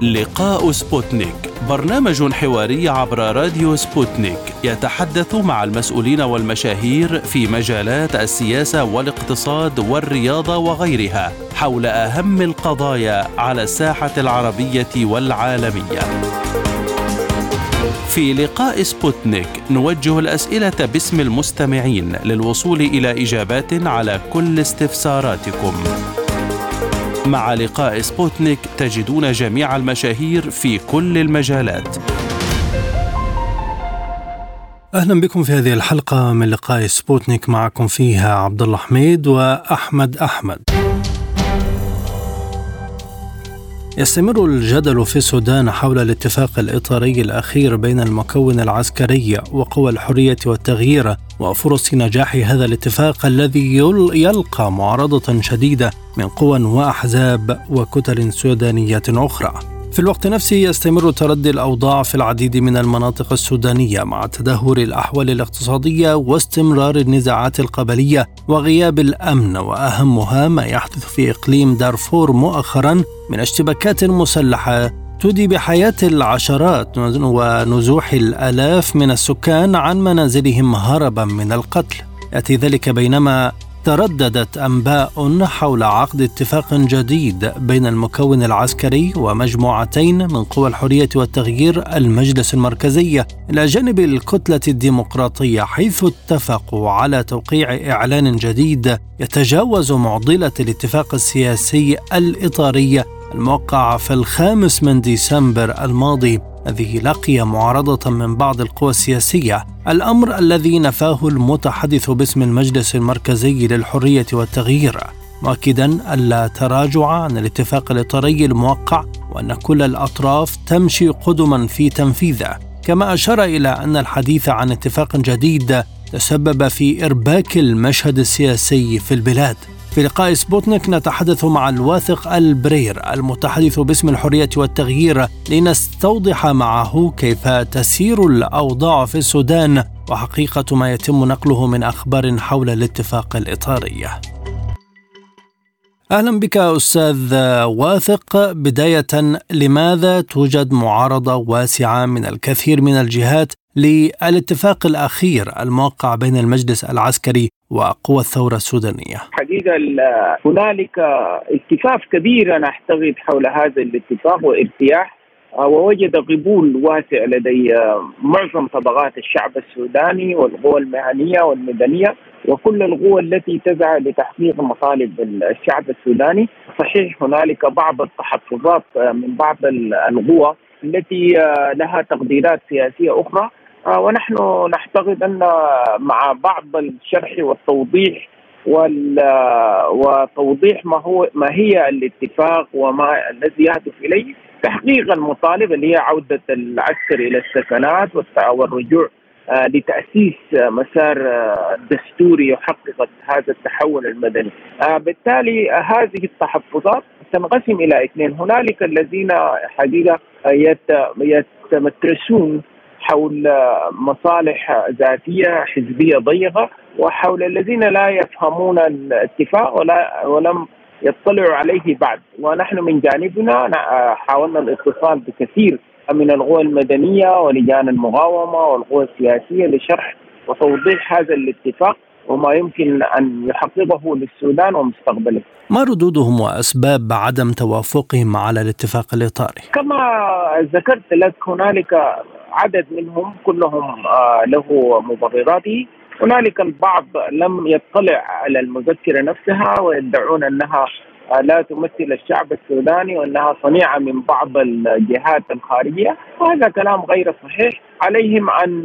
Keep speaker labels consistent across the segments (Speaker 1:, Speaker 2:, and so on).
Speaker 1: لقاء سبوتنيك، برنامج حواري عبر راديو سبوتنيك يتحدث مع المسؤولين والمشاهير في مجالات السياسة والاقتصاد والرياضة وغيرها حول أهم القضايا على الساحة العربية والعالمية. في لقاء سبوتنيك نوجه الأسئلة باسم المستمعين للوصول إلى إجابات على كل استفساراتكم. مع لقاء سبوتنيك تجدون جميع المشاهير في كل المجالات.
Speaker 2: أهلا بكم في هذه الحلقة من لقاء سبوتنيك، معكم فيها عبد الله حميد وأحمد أحمد. يستمر الجدل في السودان حول الاتفاق الإطاري الأخير بين المكون العسكري وقوى الحرية والتغيير وفرص نجاح هذا الاتفاق الذي يلقى معارضة شديدة من قوى وأحزاب وكتل سودانية أخرى. في الوقت نفسه يستمر تردي الأوضاع في العديد من المناطق السودانية مع تدهور الأحوال الاقتصادية واستمرار النزاعات القبلية وغياب الأمن، وأهمها ما يحدث في إقليم دارفور مؤخرا من اشتباكات مسلحة تودي بحياة العشرات ونزوح الآلاف من السكان عن منازلهم هربا من القتل. يأتي ذلك بينما ترددت أنباء حول عقد اتفاق جديد بين المكون العسكري ومجموعتين من قوى الحرية والتغيير المجلس المركزي إلى جانب الكتلة الديمقراطية، حيث اتفقوا على توقيع إعلان جديد يتجاوز معضلة الاتفاق السياسي الإطاري الموقع في 5 ديسمبر الماضي، الذي لقي معارضة من بعض القوى السياسية، الأمر الذي نفاه المتحدث باسم المجلس المركزي للحرية والتغيير، مؤكدا ألا تراجع عن الاتفاق الإطاري الموقع وأن كل الأطراف تمشي قدما في تنفيذه. كما أشار إلى أن الحديث عن اتفاق جديد تسبب في إرباك المشهد السياسي في البلاد. في لقاء سبوتنيك نتحدث مع الواثق البرير المتحدث باسم الحرية والتغيير لنستوضح معه كيف تسير الأوضاع في السودان وحقيقة ما يتم نقله من أخبار حول الاتفاق الإطاري. أهلا بك أستاذ واثق. بداية، لماذا توجد معارضة واسعة من الكثير من الجهات للاتفاق الأخير الموقع بين المجلس العسكري وقوى الثورة السودانية؟
Speaker 3: حقيقة هنالك اتفاق كبير أنا أعتقد حول هذا الاتفاق وارتياح، ووجد قبول واسع لدي معظم طبقات الشعب السوداني والقوى المهنية والمدنية وكل القوى التي تسعى لتحقيق مطالب الشعب السوداني. صحيح هنالك بعض التحفظات من بعض القوى التي لها تقديرات سياسية أخرى، ونحن نعتقد أن مع بعض الشرح والتوضيح وتوضيح ما هي الاتفاق وما الذي يهدف إليه تحقيق المطالب اللي هي عودة العسكر إلى السكنات والرجوع لتأسيس مسار دستوري يحقق هذا التحول المدني. بالتالي هذه التحفظات تنقسم إلى 2. هنالك الذين حقيقة يتمترسون حول مصالح ذاتية حزبية ضيقة، وحول الذين لا يفهمون الاتفاق ولم يطلعوا عليه بعد. ونحن من جانبنا حاولنا الاتصال بكثير من القوى المدنية ولجان المقاومة والقوى السياسية لشرح وتوضيح هذا الاتفاق وما يمكن أن يحققه للسودان ومستقبله.
Speaker 2: ما ردودهم وأسباب عدم توافقهم على الاتفاق الإطاري؟
Speaker 3: كما ذكرت لك هنالك عدد منهم كلهم له مبرراته. هنالك البعض لم يطلع على المذكرة نفسها ويدعون أنها لا تمثل الشعب السوداني وأنها صنيعة من بعض الجهات الخارجية، وهذا كلام غير صحيح. عليهم أن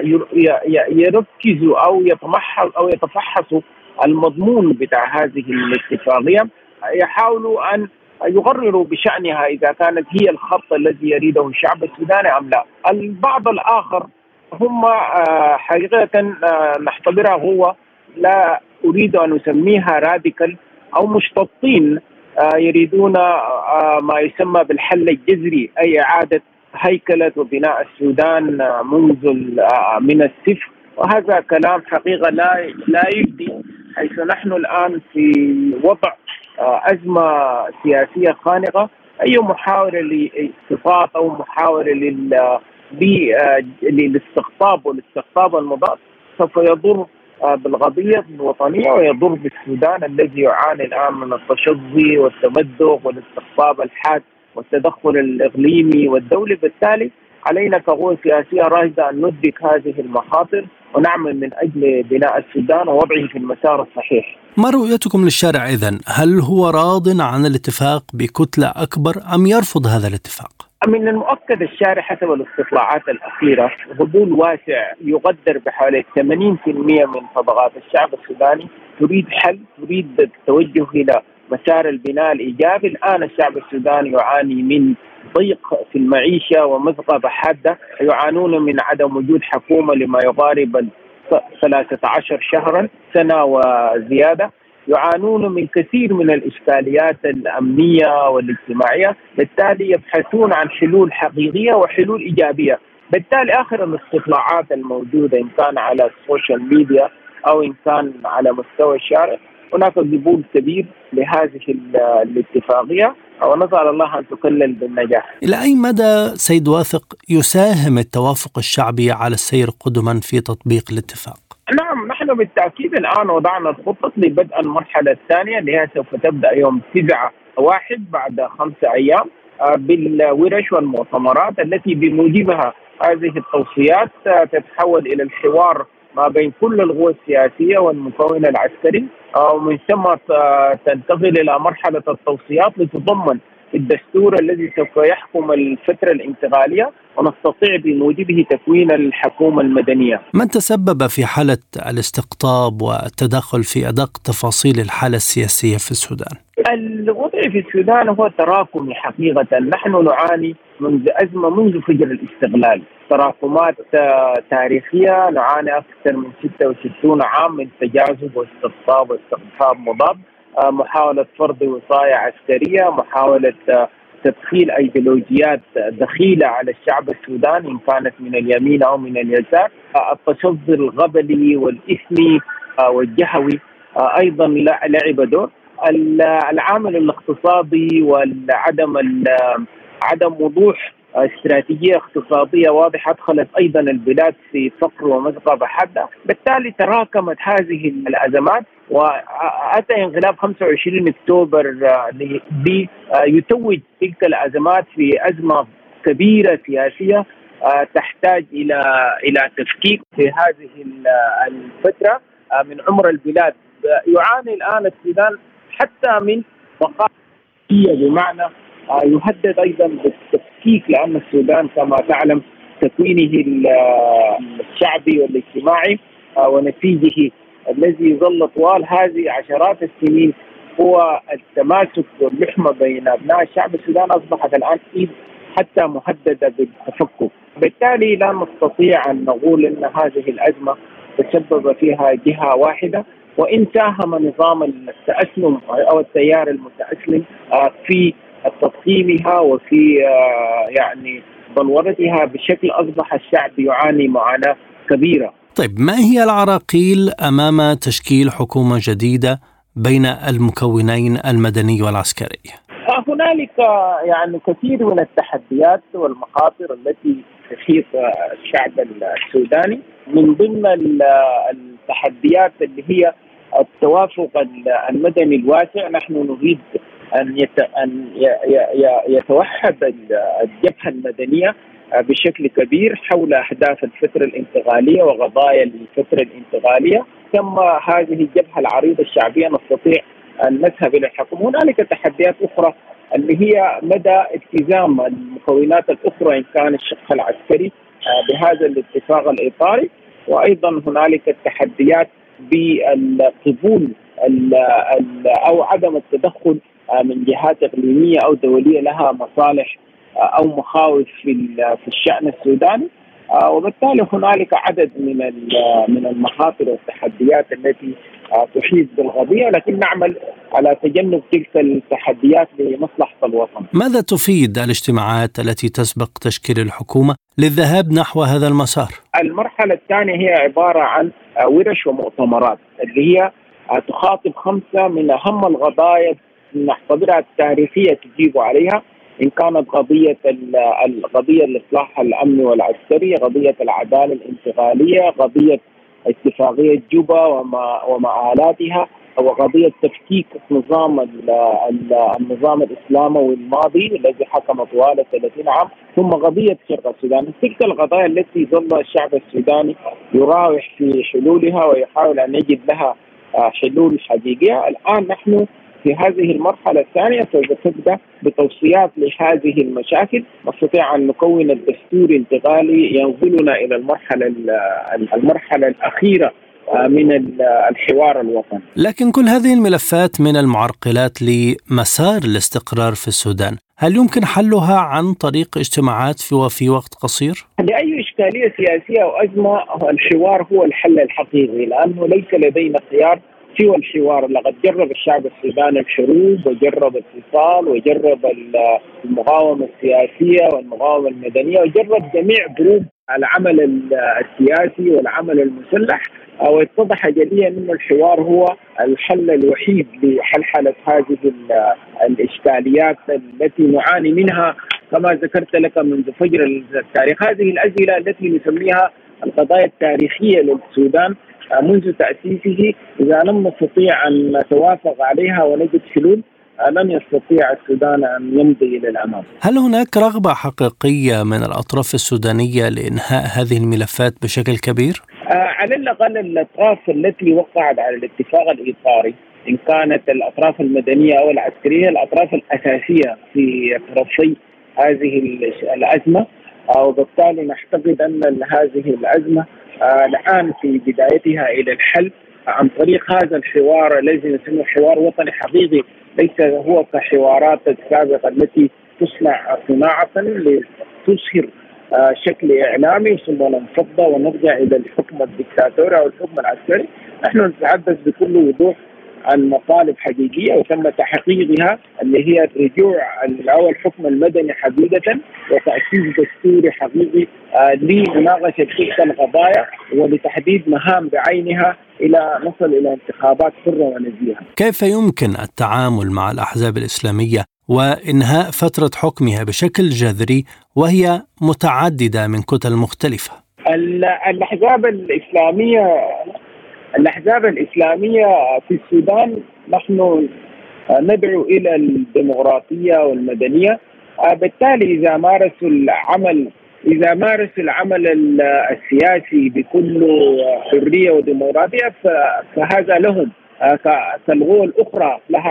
Speaker 3: يركزوا أو يتفحصوا المضمون بتاع هذه الاتفاقية، يحاولوا أن يقرروا بشأنها إذا كانت هي الخط الذي يريده الشعب السوداني أم لا. البعض الآخر هم حقيقة نعتبرها هو لا أريد أن أسميها راديكال أو مشتطين، يريدون ما يسمى بالحل الجذري، أي إعادة هيكلة وبناء السودان منذ من الصفر. وهذا كلام حقيقة لا يجدي، حيث نحن الآن في وضع أزمة سياسية خانقة أي محاولة لاختطاف أو محاولة للاستقطاب والاستقطاب المضاد سوف يضر بالقضية الوطنية ويضر بالسودان الذي يعاني الآن من التشظي والتمدق والاستقطاب الحاد والتدخل الإقليمي والدولي. بالتالي علينا كقوى سياسية راشدة أن ندرك هذه المخاطر ونعمل من أجل بناء السودان ووضعه في المسار الصحيح.
Speaker 2: ما رؤيتكم للشارع إذن؟ هل هو راض عن الاتفاق بكتلة أكبر أم يرفض هذا الاتفاق؟
Speaker 3: من المؤكد الشارع حسب الاستطلاعات الأخيرة قبول واسع يقدر بحوالي 80% من طبقات الشعب السوداني تريد حل، تريد التوجه إلى مسار البناء الإيجابي. الآن الشعب السوداني يعاني من ضيق في المعيشة ومذقبة حادة، يعانون من عدم وجود حكومة لما يقارب 13 شهرا، سنة وزيادة، يعانون من كثير من الإشكاليات الأمنية والاجتماعية. بالتالي يبحثون عن حلول حقيقية وحلول إيجابية. بالتالي آخر الاستطلاعات الموجودة إن كان على السوشيال ميديا أو إن كان على مستوى الشارع هناك قبول كبير لهذه الاتفاقية ونسأل الله أن تكلل بالنجاح.
Speaker 2: إلى أي مدى سيد واثق يساهم التوافق الشعبي على السير قدما في تطبيق الاتفاق؟
Speaker 3: نعم، نحن بالتأكيد الآن وضعنا الخطط لبدء المرحلة الثانية اللي هي سوف تبدأ يوم 9/1 بعد 5 أيام بالورش والمؤتمرات التي بموجبها هذه التوصيات تتحول إلى الحوار ما بين كل القوى السياسية والمكون العسكري، ومن ثم تنتقل إلى مرحلة التوصيات لتضمن الدستور الذي سوف يحكم الفترة الانتقالية ونستطيع بموجبه تكوين الحكومة المدنية.
Speaker 2: من تسبب في حالة الاستقطاب والتدخل في أدق تفاصيل الحالة السياسية في السودان؟
Speaker 3: الوضع في السودان هو تراكمي حقيقة. نحن نعاني منذ أزمة منذ فجر الاستقلال، تراكمات تاريخية، نعاني أكثر من 66 عام من تجاذب واستقطاب واستقطاب مضاد، محاولة فرض وصاية عسكرية، محاولة تدخيل أيديولوجيات دخيلة على الشعب السوداني إن كانت من اليمين أو من اليسار، التشظي الغبلي والإثمي والجهوي أيضا لعب دور، العامل الاقتصادي عدم وضوح استراتيجية اقتصادية واضحة أدخلت أيضا البلاد في فقر ومذقبة حادة. بالتالي تراكمت هذه الأزمات وأتى انقلاب 25 أكتوبر ليتوج تلك الأزمات في أزمة كبيرة سياسية تحتاج إلى تفكيك في هذه الفترة من عمر البلاد. يعاني الآن السودان حتى من بقاء، بمعنى يهدد أيضا بالتفكيك، لأن السودان كما تعلم تكوينه الشعبي والاجتماعي ونتيجه الذي ظل طوال هذه عشرات السنين هو التماسك واللحمة بين أبناء الشعب السودان أصبحت الآن حتى مهددة بالتفكك. بالتالي لا نستطيع أن نقول أن هذه الأزمة تسبب فيها جهة واحدة، وإن ساهم نظام التأسلم أو التيار المتأسلم في تضخيمها وفي يعني بلورتها بشكل أصبح الشعب يعاني معاناة كبيرة.
Speaker 2: طيب، ما هي العراقيل أمام تشكيل حكومة جديدة بين المكونين المدني والعسكري؟
Speaker 3: هنالك يعني كثير من التحديات والمخاطر التي تحيط الشعب السوداني. من ضمن التحديات اللي هي التوافق المدني الواسع. نحن نريد أن يتوحد الجبهة المدنية بشكل كبير حول أحداث الفترة الانتقالية وقضايا الفترة الانتقالية. ثم هذه الجبهة العريضة الشعبية نستطيع أن نذهب إلى الحكم. هنالك تحديات أخرى اللي هي مدى التزام المكونات الأخرى إن كان الشق العسكري بهذا الاتفاق الإطاري، وأيضا هنالك التحديات بالقبول أو عدم التدخل من جهات إقليمية أو دولية لها مصالح أو مخاوف في الشأن السوداني. وبالتالي هنالك عدد من المخاطر والتحديات التي تحيط بالقضية، لكن نعمل على تجنب تلك التحديات لمصلحة الوطن.
Speaker 2: ماذا تفيد الاجتماعات التي تسبق تشكيل الحكومة للذهاب نحو هذا المسار؟
Speaker 3: المرحلة الثانية هي عبارة عن ورش ومؤتمرات اللي هي تخاطب 5 من أهم القضايا نعتبرها التاريخية تجيب عليها. إن كانت قضية الإصلاح الأمني والعسكري، قضية العدالة الانتقالية، قضية اتفاقية جوبا وما آلاتها، وقضية تفكيك النظام الإسلامي الماضي الذي حكم طوال 30 عام، ثم قضية شرق السودان. تلك القضايا التي ظل الشعب السوداني يراوح في حلولها ويحاول أن يجد لها حلول حقيقية. الآن نحن في هذه المرحلة الثانية سوف تبدأ بتوصيات لهذه المشاكل، نستطيع أن نكون الدستور الانتقالي ينقلنا إلى المرحلة الأخيرة من الحوار الوطني.
Speaker 2: لكن كل هذه الملفات من المعرقلات لمسار الاستقرار في السودان، هل يمكن حلها عن طريق اجتماعات في وقت قصير؟
Speaker 3: لأي إشكالية سياسية أو أزمة الحوار هو الحل الحقيقي، لأنه ليس لدينا خيار سوى الحوار. لقد جرب الشعب السوداني الحروب وجرب الاتصال وجرب المقاومة السياسية والمقاومة المدنية وجرب جميع ضروب العمل السياسي والعمل المسلح، واتضح جليا أن الحوار هو الحل الوحيد لحلحلة هذه الإشكاليات التي نعاني منها كما ذكرت لك منذ فجر التاريخ. هذه الأسئلة التي نسميها القضايا التاريخية للسودان منذ تأسيسه، إذا لم نستطيع أن نتوافق عليها ونجد حلول لن يستطيع السودان أن يمضي إلى الأمام.
Speaker 2: هل هناك رغبة حقيقية من الأطراف السودانية لإنهاء هذه الملفات بشكل كبير؟
Speaker 3: على الأقل الأطراف التي وقعت على الاتفاق الإطاري، إن كانت الأطراف المدنية أو العسكرية، الأطراف الأساسية في طرفي هذه الأزمة، وبالتالي نعتقد أن هذه الأزمة الآن في بدايتها إلى الحل عن طريق هذا الحوار الذي نسميه حوار وطني حقيقي، ليس هو كحوارات السابقة التي تصنع صناعة لتظهر شكل إعلامي ثم ننفض ونرجع إلى الحكم الدكتاتوري أو الحكم العسكري. نحن نتحدث بكل وضوح عن مطالب حقيقية وتم تحقيقها، اللي هي الرجوع أو الحكم المدني حقيقة وتأسيس دستوري حقيقي لمناقشة تلك القضايا ولتحديد مهام بعينها إلى نصل إلى انتخابات حرة ونزيهة.
Speaker 2: كيف يمكن التعامل مع الأحزاب الإسلامية وإنهاء فترة حكمها بشكل جذري وهي متعددة من كتل مختلفة؟
Speaker 3: الأحزاب الإسلامية في السودان نحن ندعو إلى الديمقراطية والمدنية، بالتالي إذا مارسوا العمل السياسي بكل حرية وديمقراطية فهذا لهم، كالقوى الأخرى لها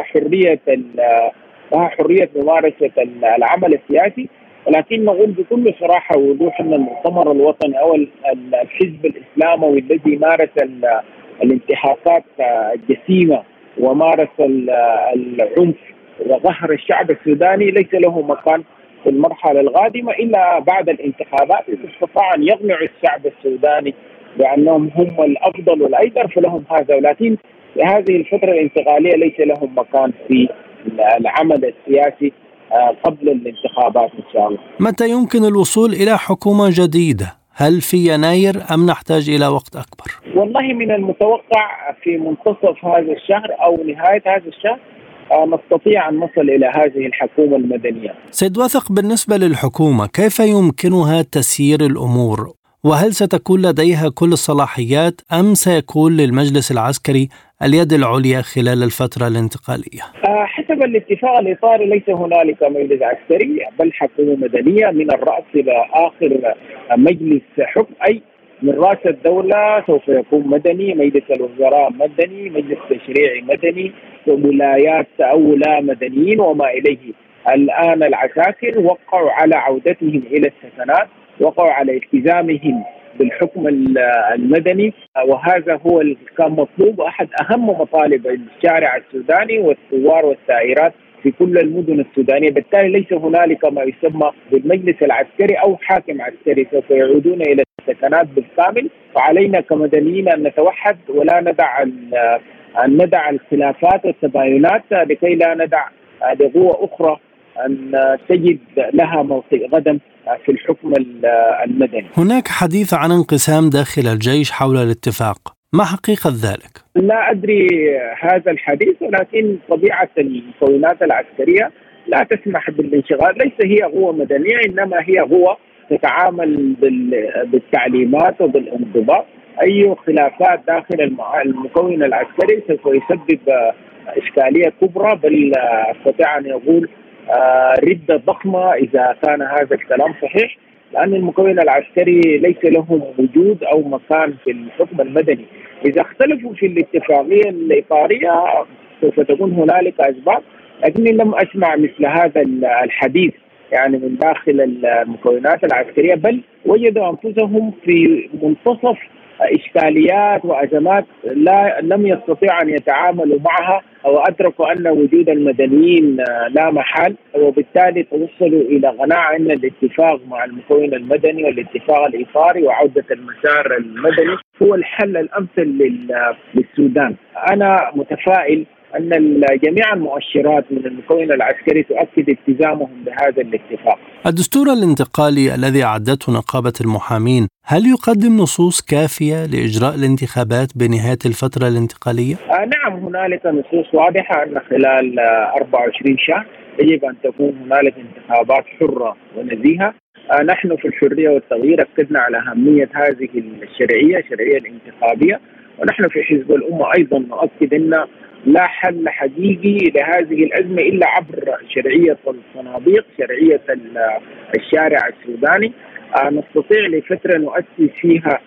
Speaker 3: حرية ممارسة العمل السياسي. ولكن نقول بكل صراحة ووضوح أن المؤتمر الوطني أو الحزب الإسلامي الذي مارس الانتهاكات الجسيمة ومارس العنف وقهر الشعب السوداني ليس له مكان في المرحلة القادمة إلا بعد الانتخابات. إذا استطاع أن يقنع الشعب السوداني بأنهم هم الأفضل والأيسر فلهم هذا، ولكن في هذه الفترة الانتقالية ليس لهم مكان في العمل السياسي قبل الانتخابات إن شاء الله.
Speaker 2: متى يمكن الوصول إلى حكومة جديدة؟ هل في يناير أم نحتاج إلى وقت أكبر؟
Speaker 3: والله من المتوقع في منتصف هذا الشهر أو نهاية هذا الشهر نستطيع أن نصل إلى هذه الحكومة المدنية.
Speaker 2: سيد واثق، بالنسبة للحكومة كيف يمكنها تسيير الأمور؟ وهل ستكون لديها كل الصلاحيات أم سيكون للمجلس العسكري اليد العليا خلال الفترة الانتقالية؟
Speaker 3: حسب الاتفاق الإطاري ليس هنالك مجلس عسكري بل حكومة مدنية من الرأس إلى آخر مجلس حكم، أي من رأس الدولة سوف يكون مدني، مجلس الوزراء مدني، مجلس تشريعي مدني، وولايات أو ولاة مدنيين وما إليه. الآن العساكر وقعوا على عودتهم إلى السكنات، وقعوا على التزامهم بالحكم المدني، وهذا هو اللي كان مطلوب أحد أهم مطالب الشارع السوداني والثوار والثائرات في كل المدن السودانية. بالتالي ليس هنالك ما يسمى بالمجلس العسكري أو حاكم عسكري، سوف يعودون إلى السكنات بالكامل. وعلينا كمدنيين أن نتوحد ولا ندع الخلافات والتباينات لكي لا ندع لقوة أخرى أن تجد لها موطئ غدا في الحكم المدني.
Speaker 2: هناك حديث عن انقسام داخل الجيش حول الاتفاق، ما حقيقة ذلك؟
Speaker 3: لا أدري هذا الحديث، ولكن طبيعة المكونات العسكرية لا تسمح بالانشغال، ليس هي قوة مدنية إنما هي قوة تتعامل بالتعليمات وبالانضباط. أي خلافات داخل المكون العسكري سوف يسبب إشكالية كبرى، بل أستطيع أن يقول ردة ضخمة إذا كان هذا الكلام صحيح، لأن المكون العسكري ليس له وجود أو مكان في الحكم المدني. إذا اختلفوا في الاتفاقية الإطارية سوف تكون هنالك أسباب، لكني لم أسمع مثل هذا الحديث يعني من داخل المكونات العسكرية، بل وجدوا أنفسهم في منتصف إشكاليات وأزمات لم يستطيعوا أن يتعاملوا معها، أو أدركوا أن وجود المدنيين لا محال، وبالتالي توصلوا إلى قناعة أن الاتفاق مع المكون المدني والاتفاق الإطاري وعودة المسار المدني هو الحل الأمثل للسودان. أنا متفائل أن جميع المؤشرات من المكون العسكري تؤكد التزامهم بهذا الاتفاق.
Speaker 2: الدستور الانتقالي الذي أعدته نقابة المحامين هل يقدم نصوص كافية لإجراء الانتخابات بنهاية الفترة الانتقالية؟
Speaker 3: نعم، هنالك نصوص واضحة أن خلال 24 شهر يجب أن تكون هنالك انتخابات حرة ونزيهة. نحن في الحرية والتغيير أكدنا على أهمية هذه الشرعية الانتخابية، ونحن في حزب الأمة أيضا نؤكد أن لا حل حقيقي لهذه الأزمة إلا عبر شرعية الصناديق، شرعية الشارع السوداني. نستطيع لفترة نؤسس فيها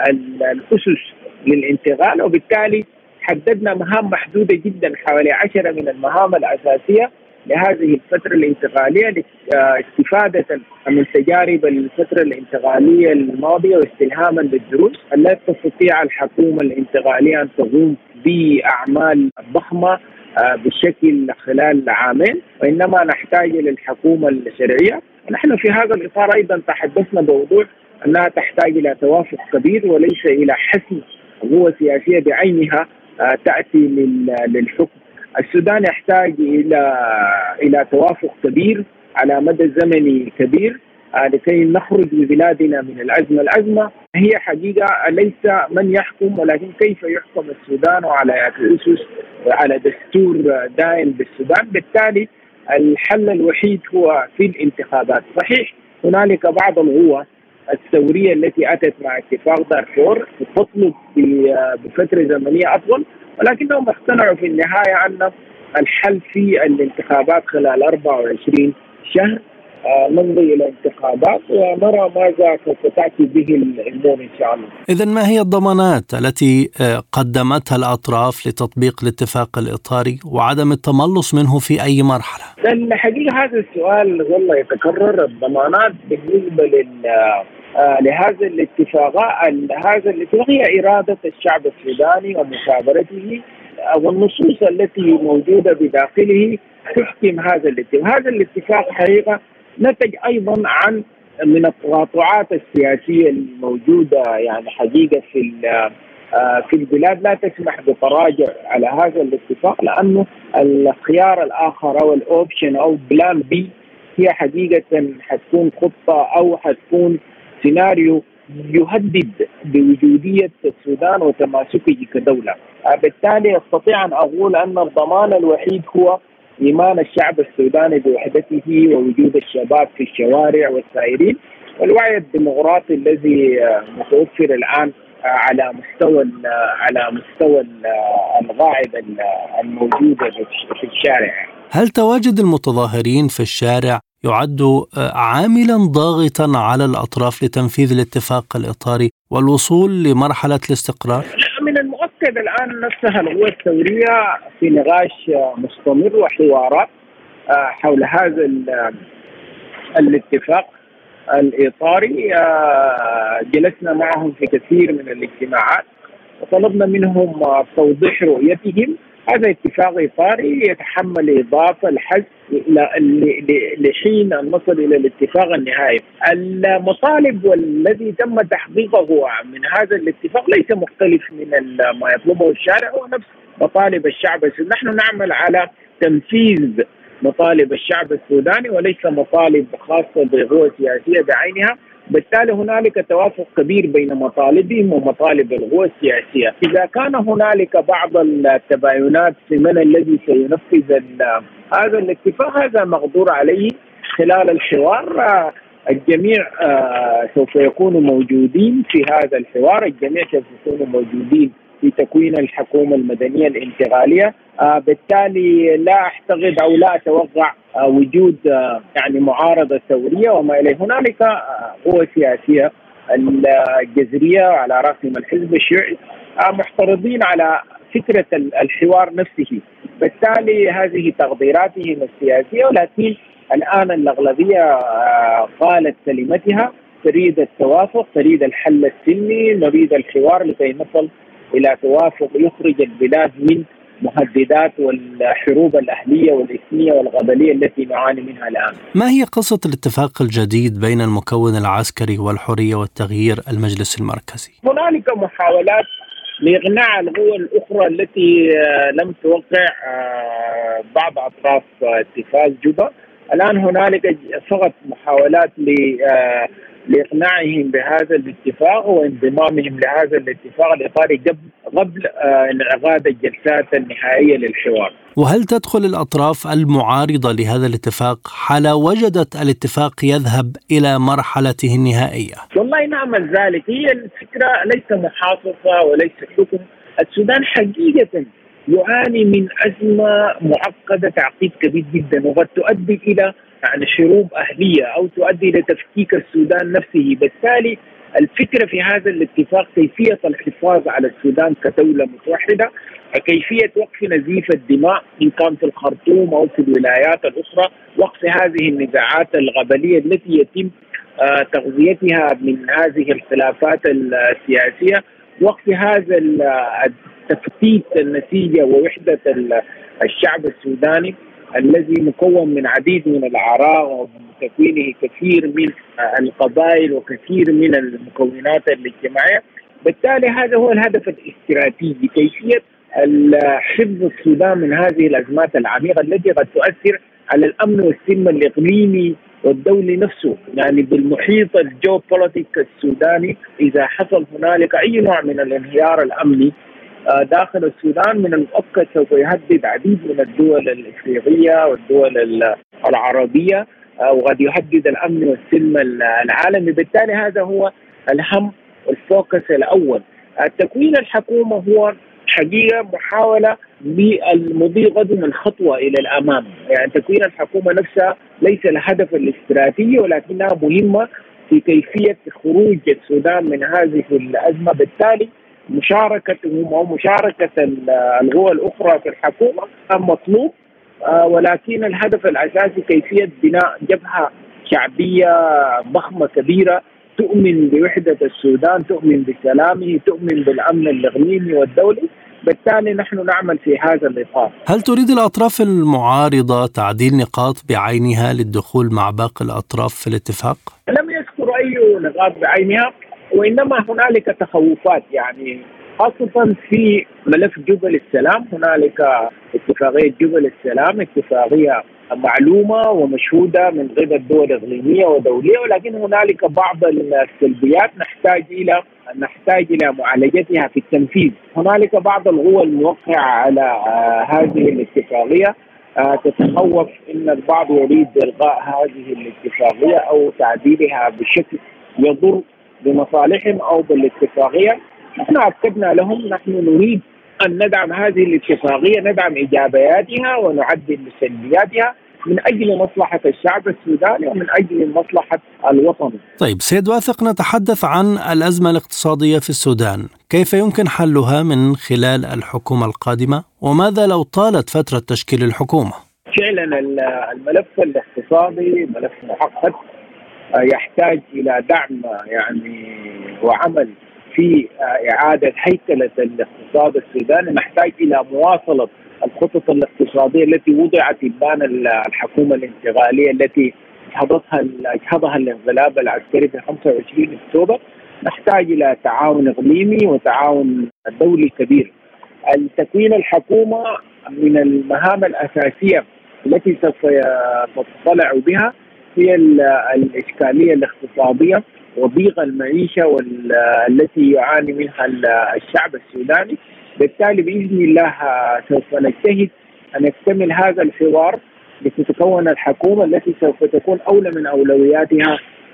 Speaker 3: الأسس للانتقال، وبالتالي حددنا مهام محدودة جدا، حوالي 10 من المهام الأساسية لهذه الفترة الانتقالية، استفادة من تجارب الفترة الانتقالية الماضية واستلهاما للدروس التي تستطيع الحكومة الانتقالية أن تقوم بأعمال ضخمة بشكل خلال عامين، وإنما نحتاج للحكومة الشرعية. ونحن في هذا الإطار أيضا تحدثنا بوضوح أنها تحتاج إلى توافق كبير وليس إلى حسم قوة سياسية بعينها تأتي للحكم. السودان يحتاج إلى توافق كبير على مدى زمني كبير لكي نخرج ببلادنا من الأزمة. الأزمة هي حقيقة ليس من يحكم، ولكن كيف يحكم السودان وعلى أسس وعلى دستور دائم بالسودان. بالتالي الحل الوحيد هو في الانتخابات. صحيح هنالك بعض القوى الثورية التي أتت مع اتفاق دارفور تطلب بفترة زمنية أطول، ولكنهم اقتنعوا في النهاية أن الحل في الانتخابات خلال 24 شهر. نمضي إلى انتخابات ونرى ماذا سوف تأتي به الأمور إن شاء الله.
Speaker 2: إذن ما هي الضمانات التي قدمتها الأطراف لتطبيق الاتفاق الإطاري وعدم التملص منه في أي مرحلة؟
Speaker 3: الحقيقة هذا السؤال والله يتكرر. الضمانات بالنسبة لهذا الاتفاق هي إرادة الشعب السوداني ومثابرته، والنصوص التي موجودة بداخله تحكم هذا الاتفاق. هذا الاتفاق حقيقة نتج أيضا عن من التقاطعات السياسية الموجودة يعني حقيقة في البلاد لا تسمح بتراجع على هذا الاتفاق، لأنه الخيار الآخر أو الأوبشن أو بلان بي هي حقيقة حتكون خطة أو حتكون سيناريو يهدد بوجودية السودان وتماسكه كدولة. بالتالي أستطيع أن أقول أن الضمان الوحيد هو إيمان الشعب السوداني بوحدته ووجود الشباب في الشوارع والسائرين، والوعي الديمقراطي الذي متوفر الآن على مستوى القاعدة الموجودة في الشارع.
Speaker 2: هل تواجد المتظاهرين في الشارع يعد عاملا ضاغطا على الأطراف لتنفيذ الاتفاق الإطاري والوصول لمرحلة الاستقرار؟
Speaker 3: من المؤكد الآن نفسها القوى الثورية في نقاش مستمر وحوارات حول هذا الاتفاق الإطاري. جلسنا معهم في كثير من الاجتماعات وطلبنا منهم توضيح رؤيتهم. هذا اتفاق إطاري يتحمل إضافة الحث لحين أن نصل إلى الاتفاق النهائي. المطالب والذي تم تحقيقه من هذا الاتفاق ليس مختلف من ما يطلبه الشارع، هو نفس مطالب الشعب السوداني. نحن نعمل على تنفيذ مطالب الشعب السوداني وليس مطالب خاصة بقوى سياسية بعينها. بالتالي هنالك توافق كبير بين مطالبهم ومطالب القوى السياسية. إذا كان هنالك بعض التباينات في من الذي سينفذ هذا الاتفاق، هذا مقدور عليه خلال الحوار. الجميع سوف يكونوا موجودين في هذا الحوار، الجميع سوف يكونوا موجودين في تكوين الحكومة المدنية الانتقالية. بالتالي لا أعتقد أو لا أتوقع وجود يعني معارضة ثورية وما إليه. هنالك قوى سياسية الجذرية على رأسهم الحزب الشيوعي محترضين على فكرة الحوار نفسه. بالتالي هذه تقديراتهم السياسية، ولكن الآن الأغلبية قالت كلمتها، تريد التوافق، تريد الحل السلمي، نريد الحوار لكي نصل إلى توافق يخرج البلاد من مهددات والحروب الأهلية والإثنية والقبلية التي نعاني منها الآن.
Speaker 2: ما هي قصة الاتفاق الجديد بين المكون العسكري والحرية والتغيير المجلس المركزي؟
Speaker 3: هنالك محاولات لإقناع القوى الأخرى التي لم توقع بعض أطراف اتفاق جوبا. الآن هنالك فقط محاولات لإقناعهم بهذا الاتفاق وانضمامهم لهذا الاتفاق الإطاري قبل انعقاد الجلسات النهائية للحوار.
Speaker 2: وهل تدخل الأطراف المعارضة لهذا الاتفاق حال وجدت الاتفاق يذهب إلى مرحلته النهائية؟
Speaker 3: والله نعمل ذلك. هي الفكرة ليس محاصصة وليس حكم. السودان حقيقة يعاني من أزمة معقدة تعقيد كبير جدا، وقد تؤدي إلى يعني حروب أهلية أو تؤدي إلى تفكيك السودان نفسه. بالتالي الفكرة في هذا الاتفاق كيفية الحفاظ على السودان كدولة متوحدة، كيفية وقف نزيف الدماء إن كان في الخرطوم أو في الولايات الأخرى، وقف هذه النزاعات القبلية التي يتم تغذيتها من هذه الخلافات السياسية، وقف هذا تفتيت النتيجة ووحدة الشعب السوداني الذي مكون من عديد من الأعراق وتكوينه كثير من القبائل وكثير من المكونات الاجتماعية. بالتالي هذا هو الهدف الاستراتيجي، كيفية حفظ السودان من هذه الأزمات العميقة التي قد تؤثر على الأمن والسلم الإقليمي والدولي نفسه، يعني بالمحيط الجيوبوليتيك السوداني. إذا حصل هنالك أي نوع من الانهيار الأمني داخل السودان من المؤكد سوف يهدد عديد من الدول الإفريقية والدول العربية، وقد يهدد الأمن والسلم العالمي. بالتالي هذا هو الهم والفوكس الأول. تكوين الحكومة هو حقيقة محاولة للمضي قدما خطوة إلى الأمام. يعني تكوين الحكومة نفسها ليس الهدف الاستراتيجي، ولكنها مهمة في كيفية خروج السودان من هذه الأزمة. بالتالي مشاركتهم أو مشاركة القوى الأخرى في الحكومة مطلوب، ولكن الهدف الأساسي كيفية بناء جبهة شعبية ضخمة كبيرة تؤمن بوحدة السودان، تؤمن بسلامه، تؤمن بالأمن الإقليمي والدولي. بالتالي نحن نعمل في هذا الإطار.
Speaker 2: هل تريد الأطراف المعارضة تعديل نقاط بعينها للدخول مع باقي الأطراف في الاتفاق؟
Speaker 3: لم يذكر أي نقاط بعينها، وإنما هنالك تخوفات، يعني خاصة في ملف جبل السلام. هنالك اتفاقية جبل السلام، اتفاقية معلومة ومشهودة من قبل الدول الإقليمية ودولية، ولكن هنالك بعض السلبيات نحتاج إلى معالجتها في التنفيذ. هنالك بعض القوى الموقعة على هذه الاتفاقية تتخوف إن البعض يريد إلغاء هذه الاتفاقية أو تعديلها بشكل يضر بمصالحهم أو بالاتفاقية. نحن أكدنا لهم نحن نريد أن ندعم هذه الاتفاقية، ندعم إيجابياتها ونعدل سلبياتها من أجل مصلحة الشعب السوداني ومن أجل مصلحة الوطن.
Speaker 2: طيب سيد واثق، نتحدث عن الأزمة الاقتصادية في السودان، كيف يمكن حلها من خلال الحكومة القادمة، وماذا لو طالت فترة تشكيل الحكومة؟
Speaker 3: فعلا الملف الاقتصادي ملف معقد، يحتاج إلى دعم يعني وعمل في إعادة هيكلة الاقتصاد السوداني. نحتاج إلى مواصلة الخطط الاقتصادية التي وضعت إبان الحكومة الانتقالية التي أجهضها الانقلاب العسكري في 25 أكتوبر. نحتاج إلى تعاون إقليمي وتعاون دولي كبير. التكوين الحكومة من المهام الأساسية التي سوف تطلع بها هي الإشكالية الاقتصادية وضيق المعيشة التي يعاني منها الشعب السوداني. بالتالي بإذن الله سوف نجتهد أن يكتمل هذا الحوار لتتكون الحكومة التي سوف تكون أولى من أولوياتها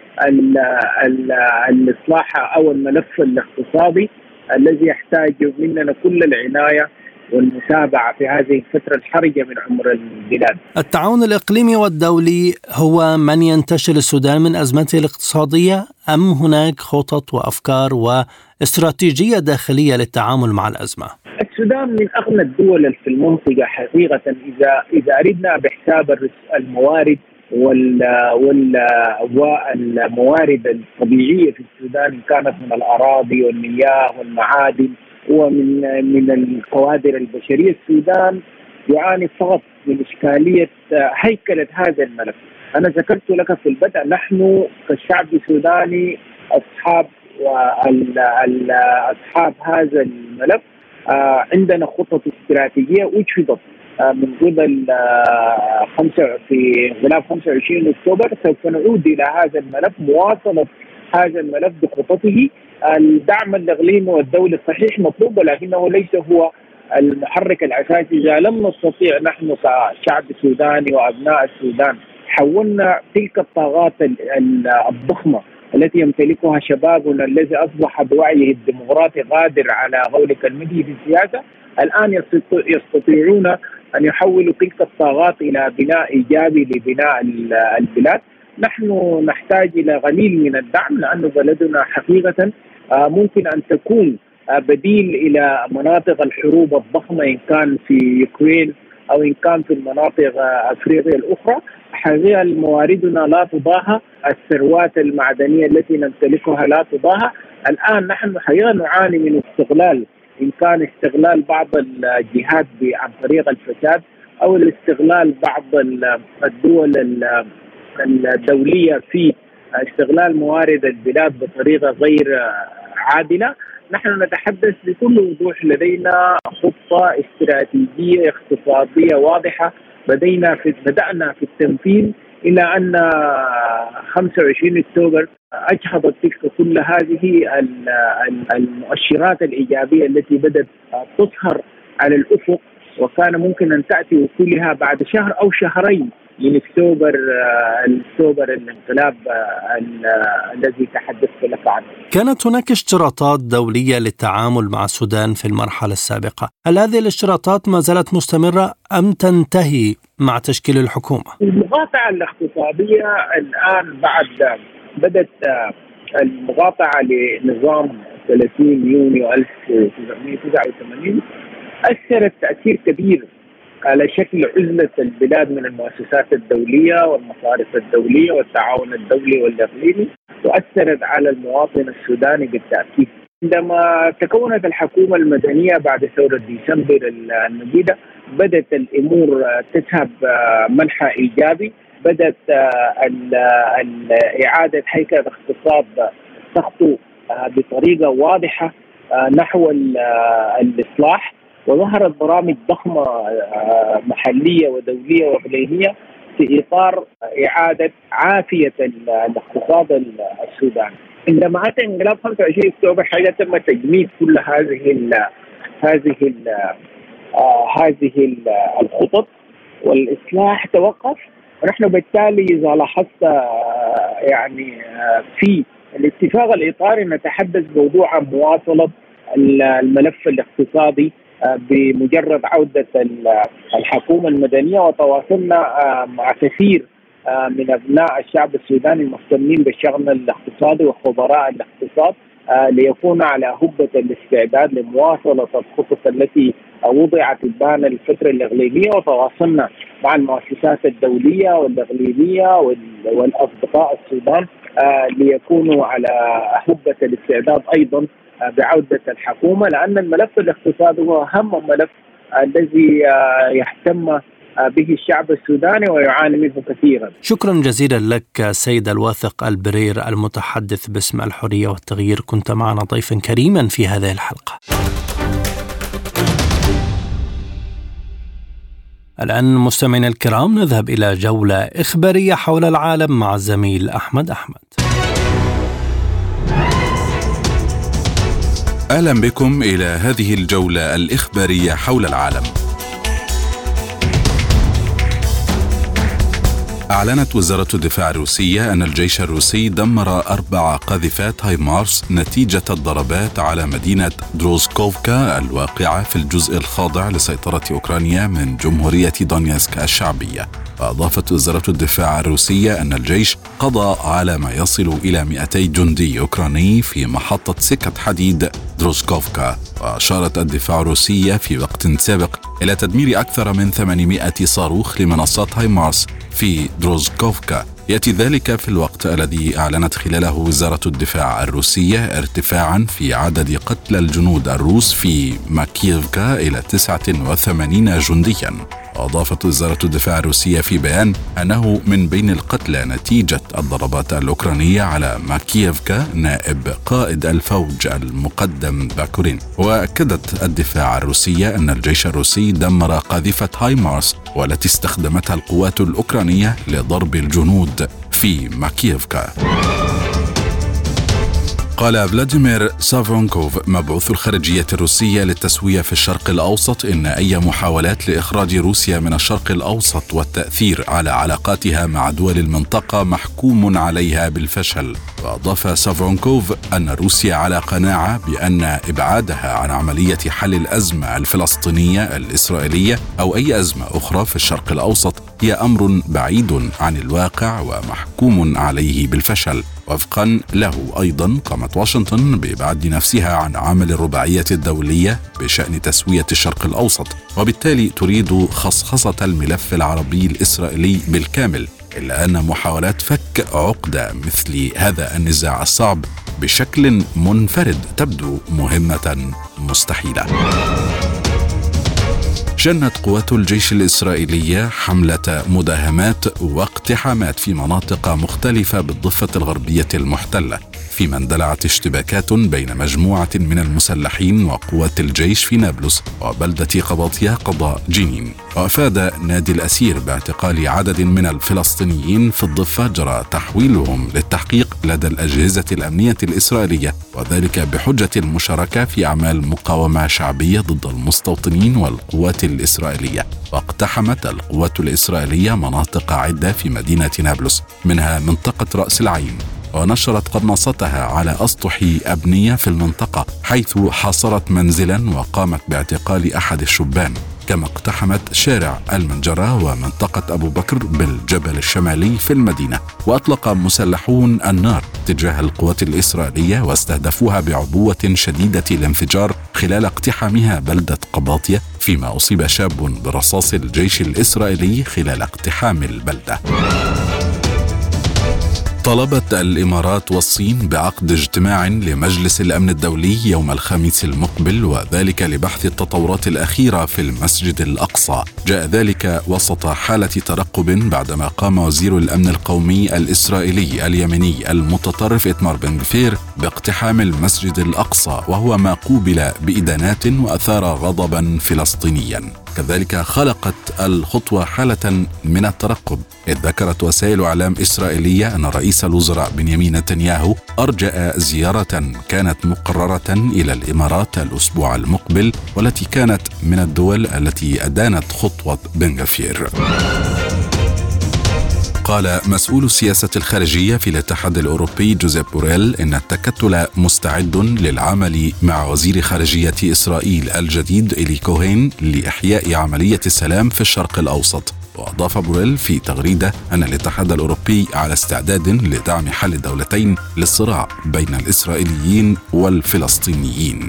Speaker 3: الإصلاح أو الملف الاقتصادي الذي يحتاج مننا كل العناية والمتابعة في هذه الفترة الحرجة من عمر البلاد.
Speaker 2: التعاون الإقليمي والدولي هو من ينتشل السودان من أزمته الاقتصادية، أم هناك خطط وأفكار واستراتيجية داخلية للتعامل مع الأزمة؟
Speaker 3: السودان من أغنى الدول في المنطقة حقيقة إذا أردنا بحساب الموارد والموارد الطبيعية في السودان، إن كانت من الأراضي والمياه والمعادن ومن الكوادر البشرية. السودان يعاني فقط من إشكالية هيكلة هذا الملف. أنا ذكرت لك في البدء نحن كشعب سوداني أصحاب هذا الملف. عندنا خطط استراتيجية وجدت من قبل في انقلاب 25 أكتوبر. سوف نعود إلى هذا الملف، مواصلة هذا الملف بخططه. الدعم الإقليمي والدولي صحيح مطلوب، ولكنه ليس هو المحرك الأساسي. إذا لم نستطيع نحن كشعب سوداني وأبناء السودان حولنا تلك الطاقات الضخمة التي يمتلكها شبابنا الذي أصبح بوعيه الديمقراطي قادر على غول كلمته في السياسة، الآن يستطيعون أن يحولوا تلك الطاقات إلى بناء إيجابي لبناء البلاد. نحن نحتاج إلى قليل من الدعم، لأن بلدنا حقيقة ممكن أن تكون بديل إلى مناطق الحروب الضخمة، إن كان في يوكرين أو إن كان في المناطق أفريقيا الأخرى. حقيقة مواردنا لا تضاهى، الثروات المعدنية التي نمتلكها لا تضاهى. الآن نحن حقيقة نعاني من استغلال، إن كان استغلال بعض الجهات عن طريق الفساد، أو الاستغلال بعض الدول الدولية في استغلال موارد البلاد بطريقة غير عادلة. نحن نتحدث بكل وضوح، لدينا خطة استراتيجية اقتصادية واضحة بدأنا في التنفيذ، إلى أن 25 أكتوبر أجهضت تلك كل هذه المؤشرات الإيجابية التي بدأت تظهر على الأفق، وكان ممكن أن تأتي كلها بعد شهر أو شهرين من أكتوبر الانقلاب الذي تحدثت لك عنه.
Speaker 2: كانت هناك اشتراطات دولية للتعامل مع السودان في المرحلة السابقة، هل هذه الاشتراطات ما زالت مستمرة أم تنتهي مع تشكيل الحكومة؟
Speaker 3: المقاطعة الاقتصادية الآن بعد بدأت المقاطعة لنظام 30 يونيو 1989 أثرت تأثير كبير على شكل عزلة البلاد من المؤسسات الدولية والمصارف الدولية والتعاون الدولي والإقليمي، وأثرت على المواطن السوداني بالتأكيد. عندما تكونت الحكومة المدنية بعد ثورة ديسمبر المجيدة، بدأت الأمور تذهب منحى إيجابي. بدأت إعادة هيكلة الاقتصاد تخطو بطريقة واضحة نحو الإصلاح، وظهرت برامج ضخمة محلية ودولية وإقليمية في إطار إعادة عافية الاقتصاد السوداني. عندما أتى انقلاب 25 أكتوبر حقيقة تم تجميد كل هذه الخطط، والإصلاح توقف. ونحن بالتالي إذا لاحظت يعني في الاتفاق الإطاري نتحدث موضوع عن مواصلة الملف الاقتصادي بمجرد عودة الحكومة المدنية، وتواصلنا مع كثير من أبناء الشعب السوداني المهتمين بالشأن الاقتصادي وخبراء الاقتصاد ليكون على هبة الاستعداد لمواصلة الخطط التي وضعت الآن الفترة الإقليمية، وتواصلنا مع المؤسسات الدولية والإقليمية والأصدقاء السودان ليكونوا على هبة الاستعداد أيضا بعودة الحكومة، لأن الملف الاقتصادي هو أهم ملف الذي يهتم به الشعب السوداني ويعاني منه كثيرا.
Speaker 2: شكرا جزيلا لك سيد الواثق البرير المتحدث باسم الحرية والتغيير، كنت معنا ضيفا كريما في هذه الحلقة. الآن مستمعينا الكرام نذهب إلى جولة إخبارية حول العالم مع الزميل أحمد.
Speaker 4: أهلا بكم إلى هذه الجولة الإخبارية حول العالم. أعلنت وزارة الدفاع الروسية أن الجيش الروسي دمر 4 قاذفات هايمارس نتيجة الضربات على مدينة دروزكوفكا الواقعة في الجزء الخاضع لسيطرة أوكرانيا من جمهورية دونيسك الشعبية. وأضافت وزارة الدفاع الروسية أن الجيش قضى على ما يصل إلى 200 جندي أوكراني في محطة سكة حديد دروزكوفكا. وأشارت الدفاع الروسية في وقت سابق إلى تدمير أكثر من 800 صاروخ لمنصات هايمارس في دروزكوفكا. يأتي ذلك في الوقت الذي أعلنت خلاله وزارة الدفاع الروسية ارتفاعا في عدد قتلى الجنود الروس في ماكييفكا إلى 89 جنديا. وأضافت وزارة الدفاع الروسية في بيان أنه من بين القتلى نتيجة الضربات الأوكرانية على ماكييفكا نائب قائد الفوج المقدم باكورين. وأكدت الدفاع الروسية أن الجيش الروسي دمر قاذفة هايمارس والتي استخدمتها القوات الأوكرانية لضرب الجنود في ماكييفكا. قال فلاديمير سافرونكوف مبعوث الخارجية الروسية للتسوية في الشرق الأوسط إن أي محاولات لإخراج روسيا من الشرق الأوسط والتأثير على علاقاتها مع دول المنطقة محكوم عليها بالفشل. وأضاف سافرونكوف أن روسيا على قناعة بأن إبعادها عن عملية حل الأزمة الفلسطينية الإسرائيلية أو أي أزمة أخرى في الشرق الأوسط هي أمر بعيد عن الواقع ومحكوم عليه بالفشل. وفقا له أيضا قامت واشنطن بإبعاد نفسها عن عمل الرباعية الدولية بشأن تسوية الشرق الأوسط، وبالتالي تريد خصخصة الملف العربي الإسرائيلي بالكامل، إلا أن محاولات فك عقدة مثل هذا النزاع الصعب بشكل منفرد تبدو مهمة مستحيلة. شنت قوات الجيش الإسرائيلية حملة مداهمات واقتحامات في مناطق مختلفة بالضفة الغربية المحتلة، فيما اندلعت اشتباكات بين مجموعة من المسلحين وقوات الجيش في نابلس وبلدة قباطية قضاء جنين. وأفاد نادي الأسير باعتقال عدد من الفلسطينيين في الضفة جرى تحويلهم للتحقيق لدى الأجهزة الأمنية الإسرائيلية، وذلك بحجة المشاركة في أعمال مقاومة شعبية ضد المستوطنين والقوات الإسرائيلية. واقتحمت القوات الإسرائيلية مناطق عدة في مدينة نابلس منها منطقة رأس العين، ونشرت قناصتها على أسطح أبنية في المنطقة، حيث حاصرت منزلا وقامت باعتقال أحد الشبان. كما اقتحمت شارع المنجرة ومنطقة أبو بكر بالجبل الشمالي في المدينة، وأطلق مسلحون النار تجاه القوات الإسرائيلية واستهدفوها بعبوة شديدة الانفجار خلال اقتحامها بلدة قباطية، فيما أصيب شاب برصاص الجيش الإسرائيلي خلال اقتحام البلدة. طلبت الإمارات والصين بعقد اجتماع لمجلس الأمن الدولي يوم الخميس المقبل، وذلك لبحث التطورات الأخيرة في المسجد الأقصى. جاء ذلك وسط حالة ترقب بعدما قام وزير الأمن القومي الإسرائيلي اليمني المتطرف إتمار بن غفير باقتحام المسجد الأقصى، وهو ما قوبل بإدانات وأثار غضبا فلسطينيا. كذلك خلقت الخطوة حالة من الترقب، إذ ذكرت وسائل إعلام إسرائيلية أن رئيس الوزراء بنيامين نتنياهو أرجأ زيارة كانت مقررة إلى الإمارات الأسبوع المقبل، والتي كانت من الدول التي أدانت خطوة بن غفير. قال مسؤول السياسة الخارجية في الاتحاد الأوروبي جوزيب بوريل إن التكتل مستعد للعمل مع وزير خارجية إسرائيل الجديد إلي كوهين لإحياء عملية السلام في الشرق الأوسط. وأضاف بوريل في تغريدة أن الاتحاد الأوروبي على استعداد لدعم حل دولتين للصراع بين الإسرائيليين والفلسطينيين.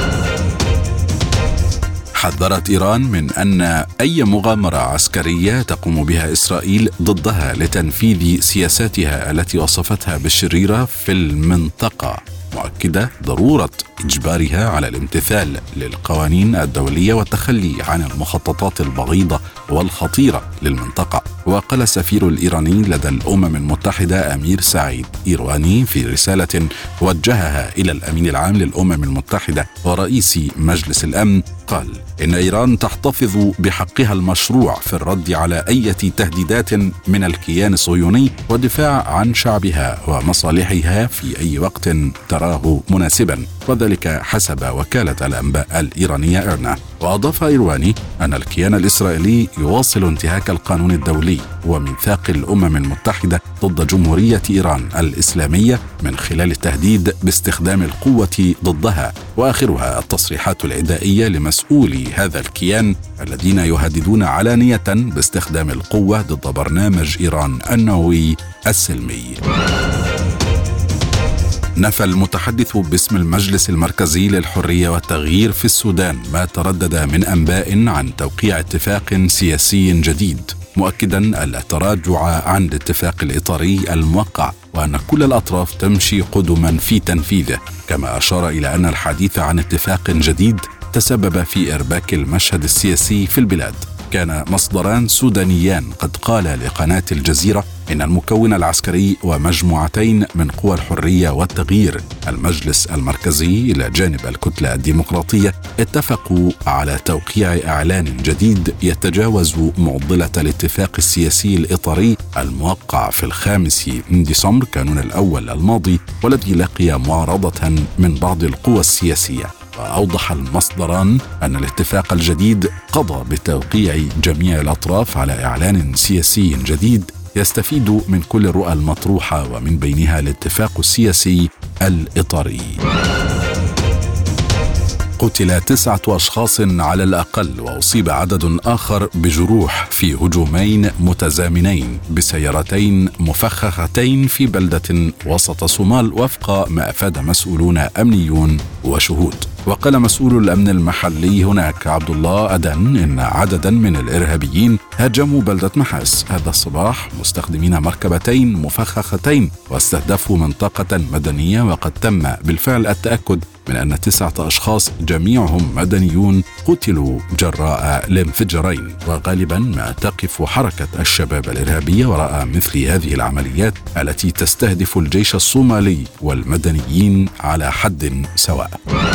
Speaker 4: حذرت إيران من أن أي مغامرة عسكرية تقوم بها إسرائيل ضدها لتنفيذ سياساتها التي وصفتها بالشريرة في المنطقة، مؤكدة ضرورة إجبارها على الامتثال للقوانين الدولية والتخلي عن المخططات البغيضة والخطيرة للمنطقة. وقال السفير الإيراني لدى الأمم المتحدة أمير سعيد إيرواني في رسالة وجهها إلى الأمين العام للأمم المتحدة ورئيس مجلس الأمن، قال إن إيران تحتفظ بحقها المشروع في الرد على أي تهديدات من الكيان الصهيوني والدفاع عن شعبها ومصالحها في أي وقت تراه مناسبا، وذلك حسب وكالة الأنباء الإيرانية إيرنا. وأضاف إيرواني أن الكيان الإسرائيلي يواصل انتهاك القانون الدولي وميثاق الأمم المتحدة ضد جمهورية إيران الإسلامية من خلال التهديد باستخدام القوة ضدها، وآخرها التصريحات العدائية لمسؤولي هذا الكيان الذين يهددون علانية باستخدام القوة ضد برنامج إيران النووي السلمي. نفى المتحدث باسم المجلس المركزي للحرية والتغيير في السودان ما تردد من أنباء عن توقيع اتفاق سياسي جديد، مؤكدا التراجع عن الاتفاق الإطاري الموقع وأن كل الأطراف تمشي قدما في تنفيذه، كما أشار إلى أن الحديث عن اتفاق جديد تسبب في إرباك المشهد السياسي في البلاد. كان مصدران سودانيان قد قال لقناة الجزيرة إن المكون العسكري ومجموعتين من قوى الحرية والتغيير المجلس المركزي إلى جانب الكتلة الديمقراطية اتفقوا على توقيع إعلان جديد يتجاوز معضلة الاتفاق السياسي الإطاري الموقع في 5 ديسمبر كانون الأول الماضي، والذي لقي معارضة من بعض القوى السياسية. وأوضح المصدران أن الاتفاق الجديد قضى بتوقيع جميع الأطراف على إعلان سياسي جديد يستفيد من كل الرؤى المطروحة، ومن بينها الاتفاق السياسي الإطاري. قتل 9 أشخاص على الأقل وأصيب عدد آخر بجروح في هجومين متزامنين بسيارتين مفخختين في بلدة وسط صومال، وفق ما أفاد مسؤولون أمنيون وشهود. وقال مسؤول الأمن المحلي هناك عبد الله أدن إن عددا من الإرهابيين هاجموا بلدة محاس هذا الصباح مستخدمين مركبتين مفخختين واستهدفوا منطقة مدنية، وقد تم بالفعل التأكد من أن 9 أشخاص جميعهم مدنيون قتلوا جراء الانفجارين. وغالبا ما تقف حركة الشباب الإرهابية وراء مثل هذه العمليات التي تستهدف الجيش الصومالي والمدنيين على حد سواء.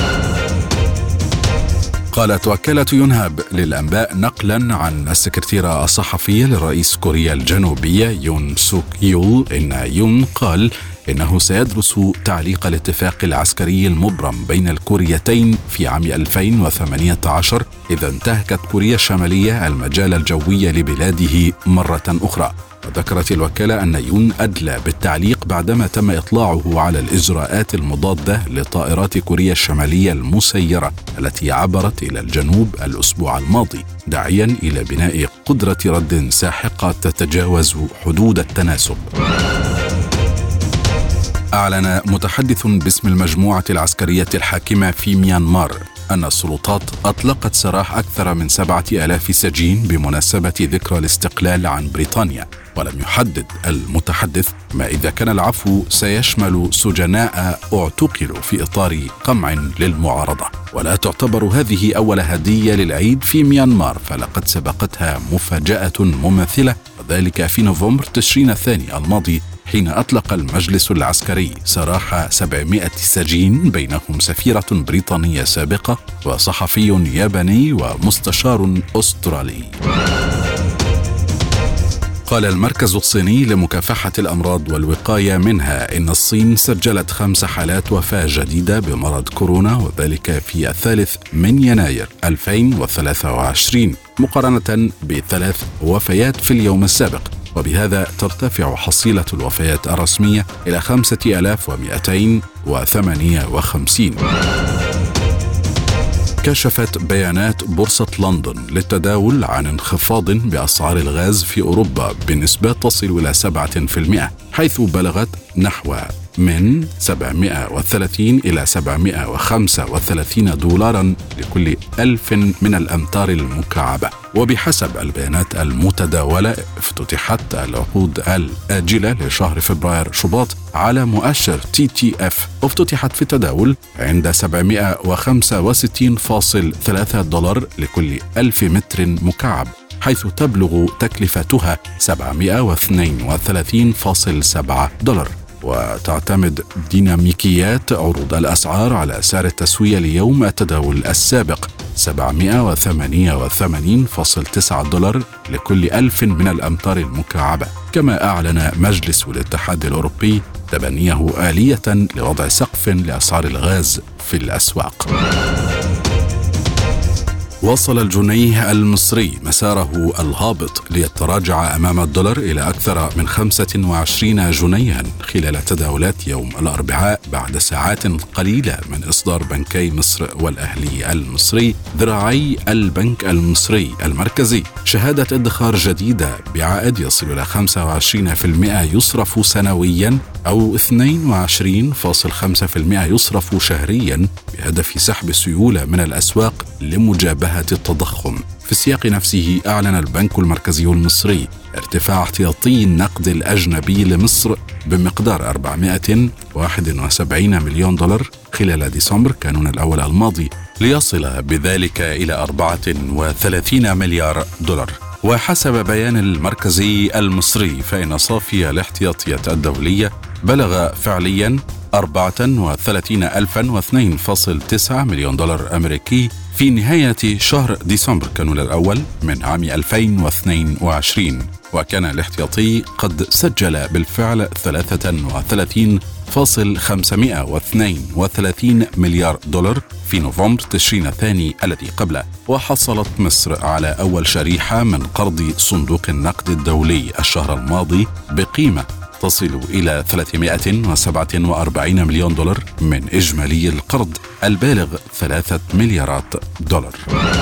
Speaker 4: قالت وكالة يونهاب للأنباء نقلا عن السكرتيرة الصحفية لرئيس كوريا الجنوبية يون سوك يول إن يون قال إنه سيدرس تعليق الاتفاق العسكري المبرم بين الكوريتين في عام 2018 إذا انتهكت كوريا الشمالية المجال الجوي لبلاده مرة أخرى. وذكرت الوكالة أن يون أدلى بالتعليق بعدما تم إطلاعه على الإجراءات المضادة لطائرات كوريا الشمالية المسيرة التي عبرت إلى الجنوب الأسبوع الماضي، داعيا إلى بناء قدرة رد ساحقة تتجاوز حدود التناسب. أعلن متحدث باسم المجموعة العسكرية الحاكمة في ميانمار أن السلطات أطلقت سراح أكثر من 7000 سجين بمناسبة ذكرى الاستقلال عن بريطانيا، ولم يحدد المتحدث ما إذا كان العفو سيشمل سجناء اعتقلوا في إطار قمع للمعارضة. ولا تعتبر هذه أول هدية للعيد في ميانمار، فلقد سبقتها مفاجأة مماثلة، وذلك في نوفمبر تشرين الثاني الماضي حين أطلق المجلس العسكري سراح 700 سجين بينهم سفيرة بريطانية سابقة وصحفي ياباني ومستشار أسترالي. قال المركز الصيني لمكافحة الأمراض والوقاية منها إن الصين سجلت 5 حالات وفاة جديدة بمرض كورونا، وذلك في 3 يناير 2023 مقارنة ب3 وفيات في اليوم السابق، وبهذا ترتفع حصيلة الوفيات الرسمية إلى 5258. كشفت بيانات بورصة لندن للتداول عن انخفاض بأسعار الغاز في أوروبا بنسبة تصل إلى 7%، حيث بلغت نحو من 730 إلى 735 دولارا لكل 1000 من الأمتار المكعبة. وبحسب البيانات المتداولة افتتحت العقود الآجلة لشهر فبراير شباط على مؤشر TTF وافتتحت في التداول عند 765.3 دولار لكل 1000 متر مكعب، حيث تبلغ تكلفتها 732.7 دولار. وتعتمد ديناميكيات عروض الأسعار على سعر التسوية ليوم التداول السابق 788.9 دولار لكل 1000 من الأمتار المكعبة. كما أعلن مجلس الاتحاد الأوروبي تبنيه آلية لوضع سقف لأسعار الغاز في الأسواق. وصل الجنيه المصري مساره الهابط ليتراجع أمام الدولار إلى أكثر من 25 جنيها خلال تداولات يوم الأربعاء بعد ساعات قليلة من إصدار بنكي مصر والأهلي المصري ذراعي البنك المصري المركزي شهادة ادخار جديدة بعائد يصل إلى 25% يصرف سنويا أو 22.5% يصرف شهريا بهدف سحب سيولة من الأسواق لمجابهة التضخم. في السياق نفسه أعلن البنك المركزي المصري ارتفاع احتياطي النقد الأجنبي لمصر بمقدار 471 مليون دولار خلال ديسمبر كانون الأول الماضي ليصل بذلك إلى 34 مليار دولار. وحسب بيان المركزي المصري فإن صافي الاحتياطيات الدولية بلغ فعليا 34,002.9 مليون دولار أمريكي في نهاية شهر ديسمبر كانون الأول من عام 2022، وكان الاحتياطي قد سجل بالفعل 33,532 مليار دولار في نوفمبر تشرين الثاني الذي قبله. وحصلت مصر على أول شريحة من قرض صندوق النقد الدولي الشهر الماضي بقيمة تصل إلى 347 مليون دولار من إجمالي القرض البالغ 3 مليارات دولار.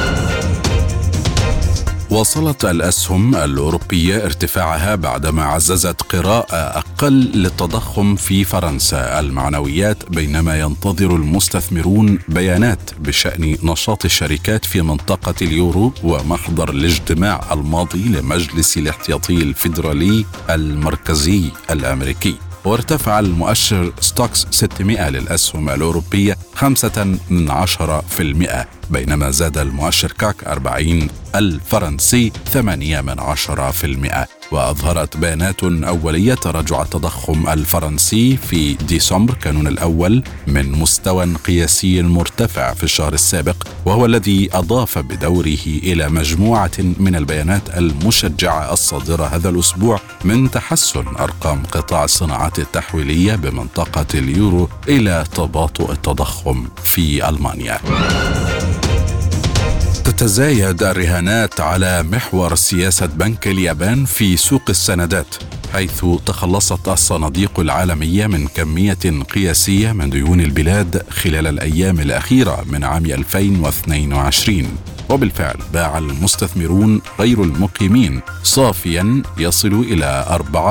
Speaker 4: وصلت الأسهم الأوروبية ارتفاعها بعدما عززت قراءة أقل للتضخم في فرنسا المعنويات بينما ينتظر المستثمرون بيانات بشأن نشاط الشركات في منطقة اليورو ومحضر الاجتماع الماضي لمجلس الاحتياطي الفيدرالي المركزي الأمريكي. وارتفع المؤشر ستوكس 600 للأسهم الأوروبية 0.5%، بينما زاد المؤشر كاك 40 الفرنسي 0.8%. وأظهرت بيانات أولية تراجع التضخم الفرنسي في ديسمبر كانون الأول من مستوى قياسي مرتفع في الشهر السابق، وهو الذي أضاف بدوره إلى مجموعة من البيانات المشجعة الصادرة هذا الأسبوع من تحسن أرقام قطاع الصناعات التحويلية بمنطقة اليورو إلى تباطؤ التضخم في ألمانيا. تتزايد الرهانات على محور سياسة بنك اليابان في سوق السندات، حيث تخلصت الصناديق العالمية من كمية قياسية من ديون البلاد خلال الأيام الأخيرة من عام 2022. وبالفعل باع المستثمرون غير المقيمين صافيا يصل إلى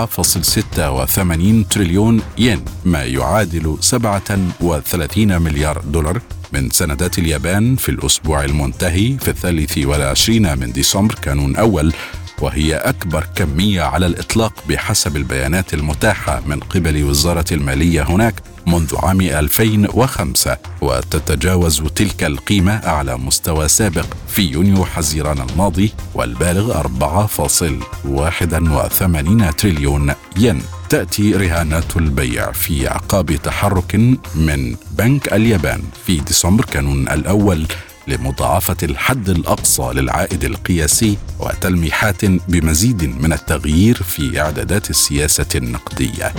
Speaker 4: 4.86 تريليون ين، ما يعادل 37 مليار دولار من سندات اليابان في الأسبوع المنتهي في 23 من ديسمبر كانون أول، وهي أكبر كمية على الإطلاق بحسب البيانات المتاحة من قبل وزارة المالية هناك منذ عام 2005، وتتجاوز تلك القيمة أعلى مستوى سابق في يونيو حزيران الماضي والبالغ 4.81 تريليون ين. تأتي رهانات البيع في أعقاب تحرك من بنك اليابان في ديسمبر كانون الأول لمضاعفة الحد الأقصى للعائد القياسي وتلميحات بمزيد من التغيير في إعدادات السياسة النقدية.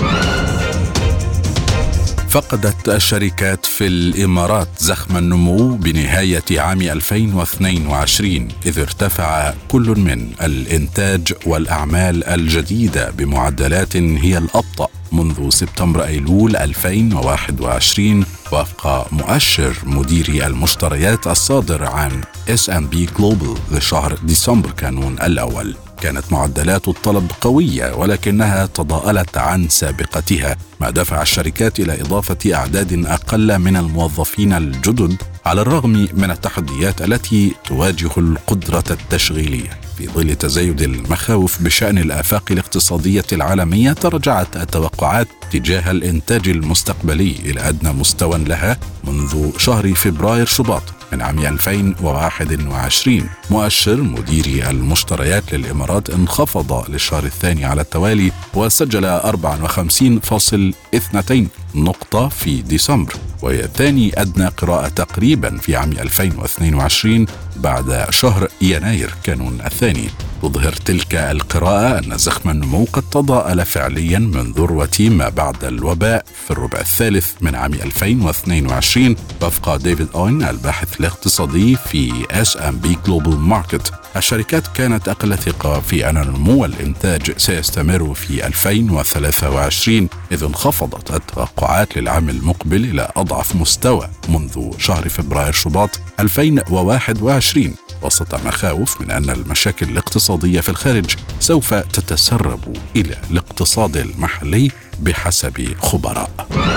Speaker 4: فقدت الشركات في الإمارات زخم النمو بنهاية عام 2022، إذ ارتفع كل من الإنتاج والأعمال الجديدة بمعدلات هي الأبطأ منذ سبتمبر أيلول 2021 وفق مؤشر مديري المشتريات الصادر عن S&P Global لشهر ديسمبر كانون الأول. كانت معدلات الطلب قوية ولكنها تضاءلت عن سابقتها، ما دفع الشركات إلى إضافة أعداد أقل من الموظفين الجدد على الرغم من التحديات التي تواجه القدرة التشغيلية. في ظل تزايد المخاوف بشأن الآفاق الاقتصادية العالمية، تراجعت التوقعات تجاه الإنتاج المستقبلي إلى أدنى مستوى لها منذ شهر فبراير شباط من عام 2021. مؤشر مديري المشتريات للإمارات انخفض للشهر الثاني على التوالي وسجل 54.2 نقطة في ديسمبر، وهي ثاني أدنى قراءة تقريبا في عام 2022 بعد شهر يناير كانون الثاني. تظهر تلك القراءة أن زخم النمو قد تضاءل فعليا من ذروة ما بعد الوباء في الربع الثالث من عام 2022 وفق ديفيد أوين الباحث الاقتصادي في S&P Global Market. الشركات كانت أقل ثقة في أن نمو الإنتاج سيستمر في 2023 إذ انخفضت التوقعات للعام المقبل إلى أضعف مستوى منذ شهر فبراير شباط 2021 وسط مخاوف من أن المشاكل الاقتصادية في الخارج سوف تتسرب إلى الاقتصاد المحلي بحسب خبراء.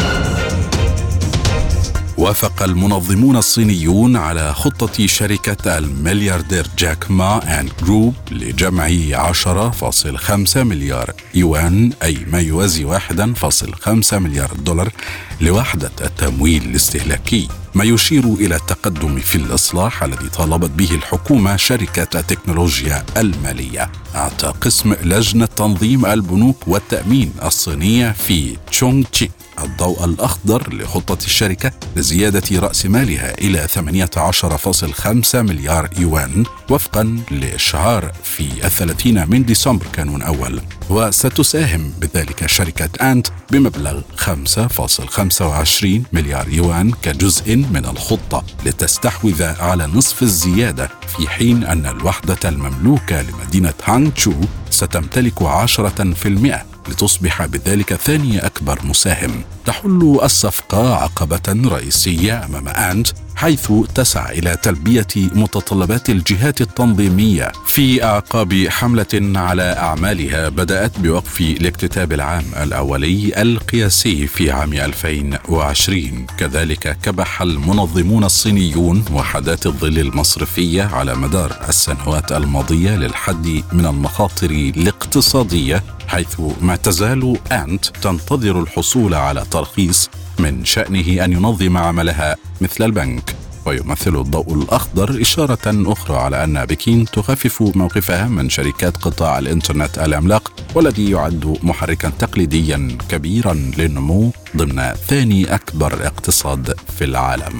Speaker 4: وافق المنظمون الصينيون على خطة شركة الملياردير جاك ما أند جروب لجمع 10.5 مليار يوان أي ما يوازي 1.5 مليار دولار لوحدة التمويل الاستهلاكي، ما يشير إلى التقدم في الإصلاح الذي طالبت به الحكومة شركة التكنولوجيا المالية. أعطى قسم لجنة تنظيم البنوك والتأمين الصينية في تشونغتشي الضوء الأخضر لخطة الشركة لزيادة رأس مالها إلى 18.5 مليار يوان وفقا للشهر في 30 من ديسمبر كانون أول، وستساهم بذلك شركة أنت بمبلغ 5.25 مليار يوان كجزء من الخطة لتستحوذ على نصف الزيادة، في حين أن الوحدة المملوكة لمدينة هانغتشو ستمتلك 10% لتصبح بذلك ثاني أكبر مساهم. تحل الصفقة عقبة رئيسية أمام أنت حيث تسعى إلى تلبية متطلبات الجهات التنظيمية في أعقاب حملة على أعمالها بدأت بوقف الاكتتاب العام الأولي القياسي في عام 2020. كذلك كبح المنظمون الصينيون وحدات الظل المصرفية على مدار السنوات الماضية للحد من المخاطر الاقتصادية، حيث ما تزال أنت تنتظر الحصول على ترخيص من شأنه أن ينظم عملها مثل البنك. ويمثل الضوء الأخضر إشارة أخرى على أن بكين تخفف موقفها من شركات قطاع الإنترنت العملاق والذي يعد محركا تقليديا كبيرا للنمو ضمن ثاني أكبر اقتصاد في العالم.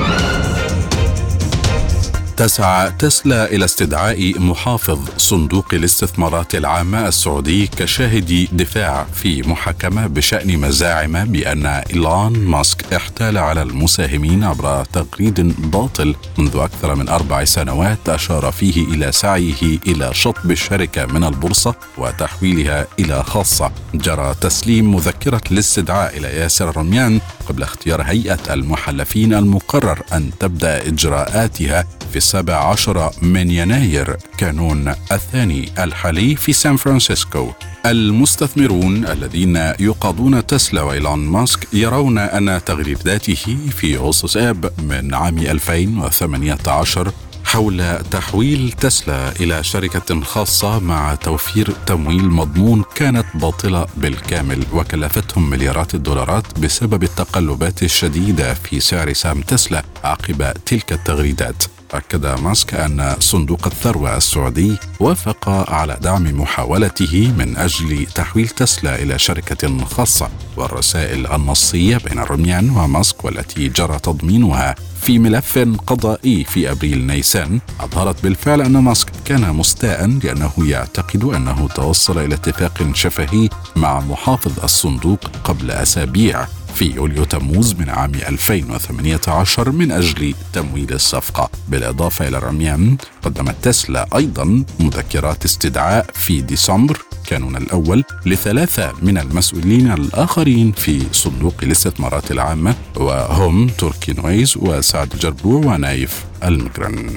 Speaker 4: تسعى تسلا إلى استدعاء محافظ صندوق الاستثمارات العامة السعودي كشاهد دفاع في محاكمة بشأن مزاعم بأن إيلون ماسك احتال على المساهمين عبر تغريد باطل منذ أكثر من 4 سنوات أشار فيه إلى سعيه إلى شطب الشركة من البورصة وتحويلها إلى خاصة. جرى تسليم مذكرة الاستدعاء إلى ياسر الرميان قبل اختيار هيئة المحلفين المقرر أن تبدأ إجراءاتها في 17 من يناير كانون الثاني الحالي في سان فرانسيسكو. المستثمرون الذين يقاضون تسلا وإيلون ماسك يرون أن تغريداته في أغسطس آب من عام 2018 حول تحويل تسلا إلى شركة خاصة مع توفير تمويل مضمون كانت باطلة بالكامل وكلفتهم مليارات الدولارات بسبب التقلبات الشديدة في سعر سهم تسلا عقب تلك التغريدات. أكد ماسك أن صندوق الثروة السعودي وافق على دعم محاولته من أجل تحويل تسلا إلى شركة خاصة، والرسائل النصية بين الرميان وماسك والتي جرى تضمينها في ملف قضائي في أبريل نيسان أظهرت بالفعل أن ماسك كان مستاء لأنه يعتقد أنه توصل إلى اتفاق شفهي مع محافظ الصندوق قبل أسابيع في يوليو تموز من عام 2018 من أجل تمويل الصفقة. بالإضافة إلى الرميان قدمت تسلا أيضا مذكرات استدعاء في ديسمبر كانون الأول ل3 من المسؤولين الآخرين في صندوق الاستثمارات العامة وهم تركي نويز وسعد الجربوع ونايف المقرن.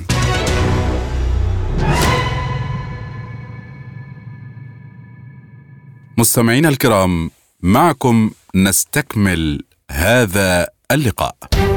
Speaker 4: مستمعينا الكرام، معكم نستكمل هذا اللقاء.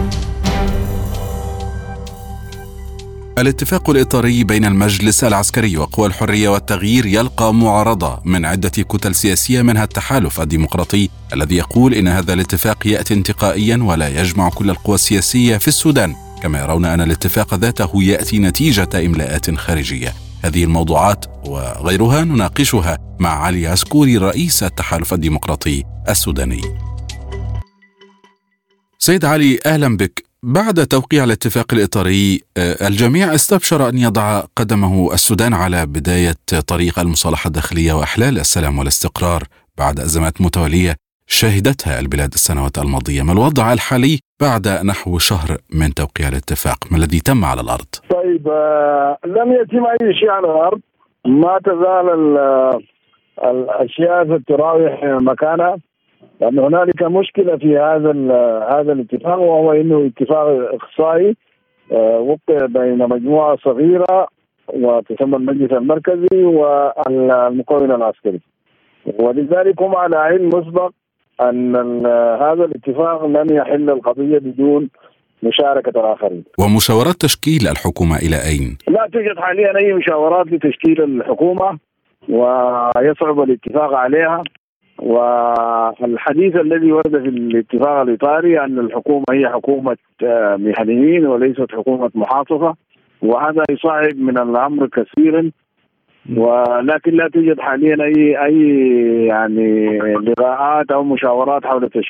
Speaker 4: الاتفاق الإطاري بين المجلس العسكري وقوى الحرية والتغيير يلقى معارضة من عدة كتل سياسية منها التحالف الديمقراطي الذي يقول إن هذا الاتفاق يأتي انتقائيا ولا يجمع كل القوى السياسية في السودان، كما يرون أن الاتفاق ذاته يأتي نتيجة إملاءات خارجية. هذه الموضوعات وغيرها نناقشها مع علي عسكوري رئيس التحالف الديمقراطي السوداني. سيد علي، أهلا بك. بعد توقيع الاتفاق الإطاري الجميع استبشر أن يضع قدمه السودان على بداية طريق المصالحة الداخلية وإحلال السلام والاستقرار بعد أزمات متوالية شهدتها البلاد السنوات الماضية. ما الوضع الحالي بعد نحو شهر من توقيع الاتفاق؟ ما الذي تم على الأرض؟
Speaker 5: طيب، لم يتم أي شيء على الأرض. ما تزال الأشياء تراوح مكانها، لأن هنالك مشكلة في هذا الاتفاق، وهو إنه اتفاق إقصائي وقع بين مجموعة صغيرة وتسمى المجلس المركزي والمكون العسكري، ولذلك هم على علم مسبق أن هذا الاتفاق لن يحل القضية بدون مشاركة الآخرين.
Speaker 4: ومشاورات تشكيل الحكومة إلى أين؟
Speaker 5: لا توجد حاليا أي مشاورات لتشكيل الحكومة، ويصعب الاتفاق عليها. والحديث الذي ورد في الاتفاق الإطاري أن الحكومة هي حكومة مهنيين وليست حكومة محافظة، وهذا يصعب من الأمر كثيرا. ولكن لا توجد حاليا أي يعني لقاءات أو مشاورات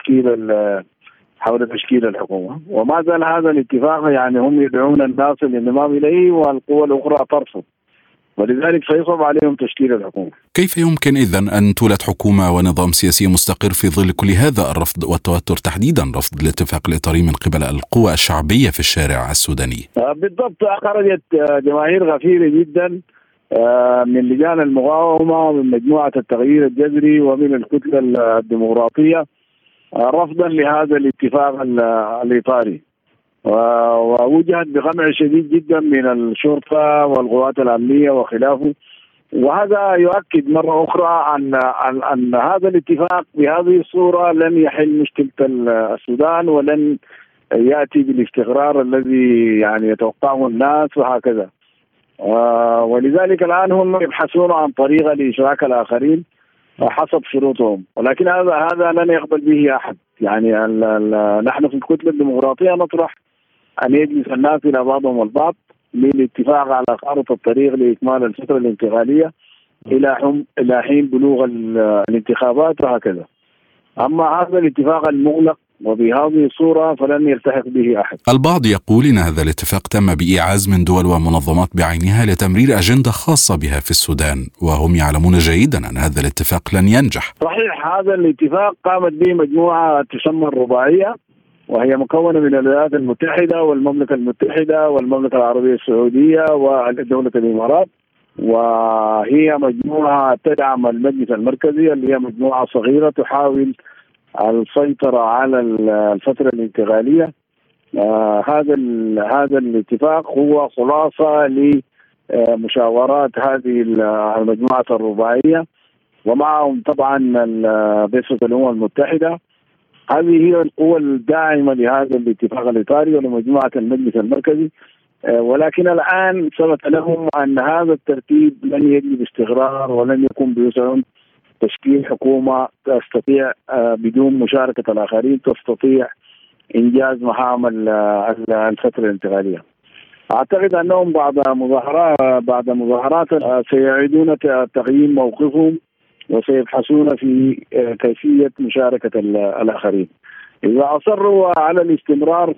Speaker 5: حول تشكيل الحكومة. وما زال هذا الاتفاق يعني هم يدعون الناس للانضمام إليه والقوى الأخرى ترفض، ولذلك سيصعب عليهم تشكيل الحكومة.
Speaker 4: كيف يمكن إذن أن تولد حكومة ونظام سياسي مستقر في ظل كل هذا الرفض والتوتر، تحديدا رفض الاتفاق الإطاري من قبل القوى الشعبية في الشارع السوداني؟
Speaker 5: بالضبط، خرجت جماهير غفيرة جدا من لجان المقاومة ومن مجموعة التغيير الجذري ومن الكتلة الديمقراطية رفضا لهذا الاتفاق الإطاري، ووجهت بقمع شديد جدا من الشرطة والقوات الأمنية وخلافه. وهذا يؤكد مرة أخرى أن هذا الاتفاق بهذه الصورة لن يحل مشكلة السودان ولن يأتي بالاستقرار الذي يعني يتوقعه الناس وهكذا. ولذلك الآن هم يبحثون عن طريقة لإشراك الآخرين حسب شروطهم، ولكن هذا لن يقبل به أحد. يعني نحن في الكتلة الديمقراطية نطرح أن يجلس الناس إلى بعضهم البعض للاتفاق على خارطة الطريق لإكمال الفترة الانتقالية إلى حين بلوغ الانتخابات وهكذا. أما هذا الاتفاق المغلق وبهذه الصورة فلن يلتحق به أحد.
Speaker 4: البعض يقول إن هذا الاتفاق تم بإيعاز من دول ومنظمات بعينها لتمرير أجندة خاصة بها في السودان، وهم يعلمون جيدا أن هذا الاتفاق لن ينجح.
Speaker 5: صحيح، هذا الاتفاق قامت به مجموعة تسمى الرباعية، وهي مكونة من الولايات المتحدة والمملكة المتحدة والمملكة العربية السعودية ودولة الإمارات، وهي مجموعة تدعم المجلس المركزي اللي هي مجموعة صغيرة تحاول السيطرة على الفترة الانتقالية. هذا الاتفاق هو خلاصة لمشاورات هذه المجموعة الرباعية، ومعهم طبعا بعثة الأمم المتحدة. هذه هي القوة الداعمة لهذا الاتفاق الإطاري ولمجموعة المجلس المركزي. ولكن الآن ثبت لهم أن هذا الترتيب لن يجلب استقرار ولن يكون بوسعهم تشكيل حكومة تستطيع بدون مشاركة الآخرين تستطيع إنجاز مهام الفترة الانتقالية. أعتقد أنهم بعد مظاهرات سيعيدون تقييم موقفهم وسيبحثون في كيفية مشاركة الآخرين. إذا أصروا على الاستمرار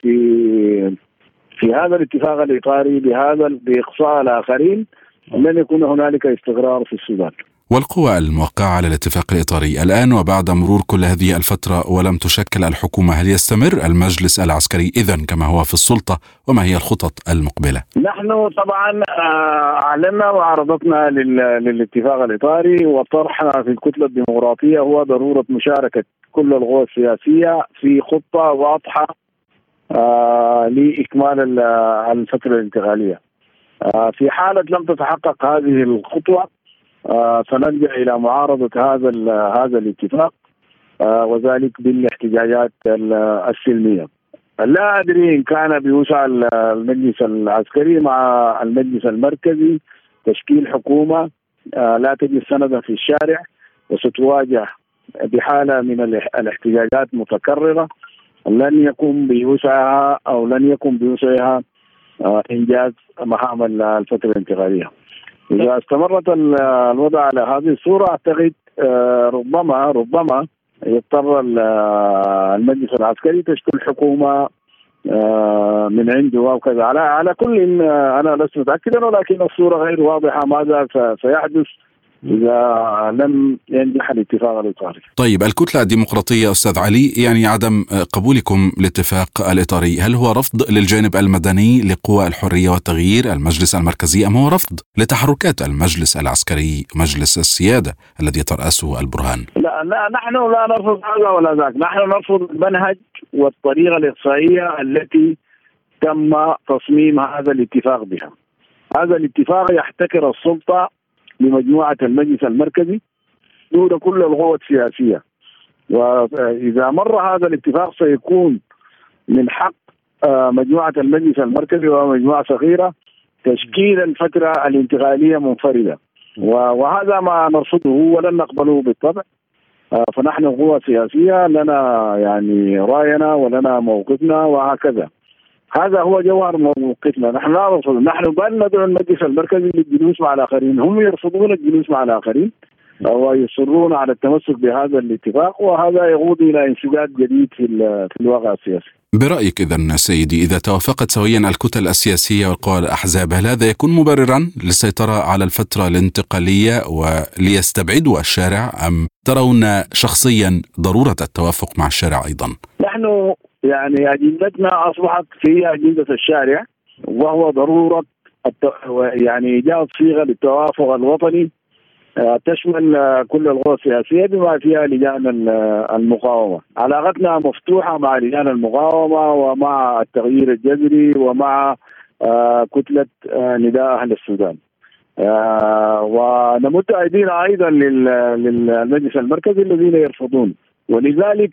Speaker 5: في هذا الاتفاق الإطاري بإقصاء الآخرين لن يكون هنالك استقرار في السودان.
Speaker 4: والقوى الموقعة على الاتفاق الإطاري الآن وبعد مرور كل هذه الفترة ولم تشكل الحكومة، هل يستمر المجلس العسكري إذن كما هو في السلطة؟ وما هي الخطط المقبلة؟
Speaker 5: نحن طبعا أعلنا وعرضتنا للاتفاق الإطاري، وطرحنا في الكتلة الديمقراطية هو ضرورة مشاركة كل القوى السياسية في خطة واضحة لإكمال الفترة الانتقالية. في حالة لم تتحقق هذه الخطوة سنلجأ إلى معارضة هذا الاتفاق، وذلك بالاحتجاجات السلمية. لا أدري إن كان بوسع المجلس العسكري مع المجلس المركزي تشكيل حكومة لا تجد سندا في الشارع وستواجه بحالة من الاحتجاجات متكررة لن يكون بوسعها إنجاز مهام الفترة الانتقالية. إذا استمرت الوضع على هذه الصورة أعتقد ربما يضطر المجلس العسكري تشكيل حكومة من عنده وكذا. على كل أنا لست متأكدا، ولكن الصورة غير واضحة ماذا سيحدث إذا لم ينجح الاتفاق الإطاري.
Speaker 4: طيب، الكتلة الديمقراطية أستاذ علي، يعني عدم قبولكم الاتفاق الإطاري، هل هو رفض للجانب المدني لقوى الحرية والتغيير المجلس المركزي، أم هو رفض لتحركات المجلس العسكري مجلس السيادة الذي يترأسه البرهان؟
Speaker 5: لا نحن لا نرفض هذا ولا ذاك، نحن نرفض المنهج والطريقة الإقصائية التي تم تصميم هذا الاتفاق بها. هذا الاتفاق يحتكر السلطة لمجموعة المجلس المركزي دون كل القوى السياسية، وإذا مر هذا الاتفاق سيكون من حق مجموعة المجلس المركزي ومجموعة صغيرة تشكيل الفترة الانتقالية منفردة، وهذا ما نرفضه ولن نقبله بالطبع. فنحن قوى سياسية لنا يعني رأينا ولنا موقفنا وهكذا. هذا هو جوهر موقفنا. نحن لا نرفض، نحن بل ندعو المجلس المركزي للجلوس مع الآخرين، هم يرفضون الجلوس مع الآخرين ويصرون على التمسك بهذا الاتفاق، وهذا يقود إلى انسداد جديد في الواقع السياسي.
Speaker 4: برأيك إذن سيدي، إذا توافقت سويا الكتل السياسية والقوى الأحزاب، هل هذا يكون مبررا للسيطرة على الفترة الانتقالية وليستبعدوا الشارع، أم ترون شخصيا ضرورة التوافق مع الشارع أيضا؟
Speaker 5: نحن يعني أجندتنا أصبحت في أجندة الشارع، وهو ضرورة يعني إيجاد صيغة للتوافق الوطني تشمل كل القوى السياسية بما فيها لجان المقاومة. علاقتنا مفتوحة مع لجان المقاومة ومع التغيير الجذري ومع كتلة نداء أهل السودان، ونمد أيدينا أيضا للمجلس المركزي الذين يرفضون. ولذلك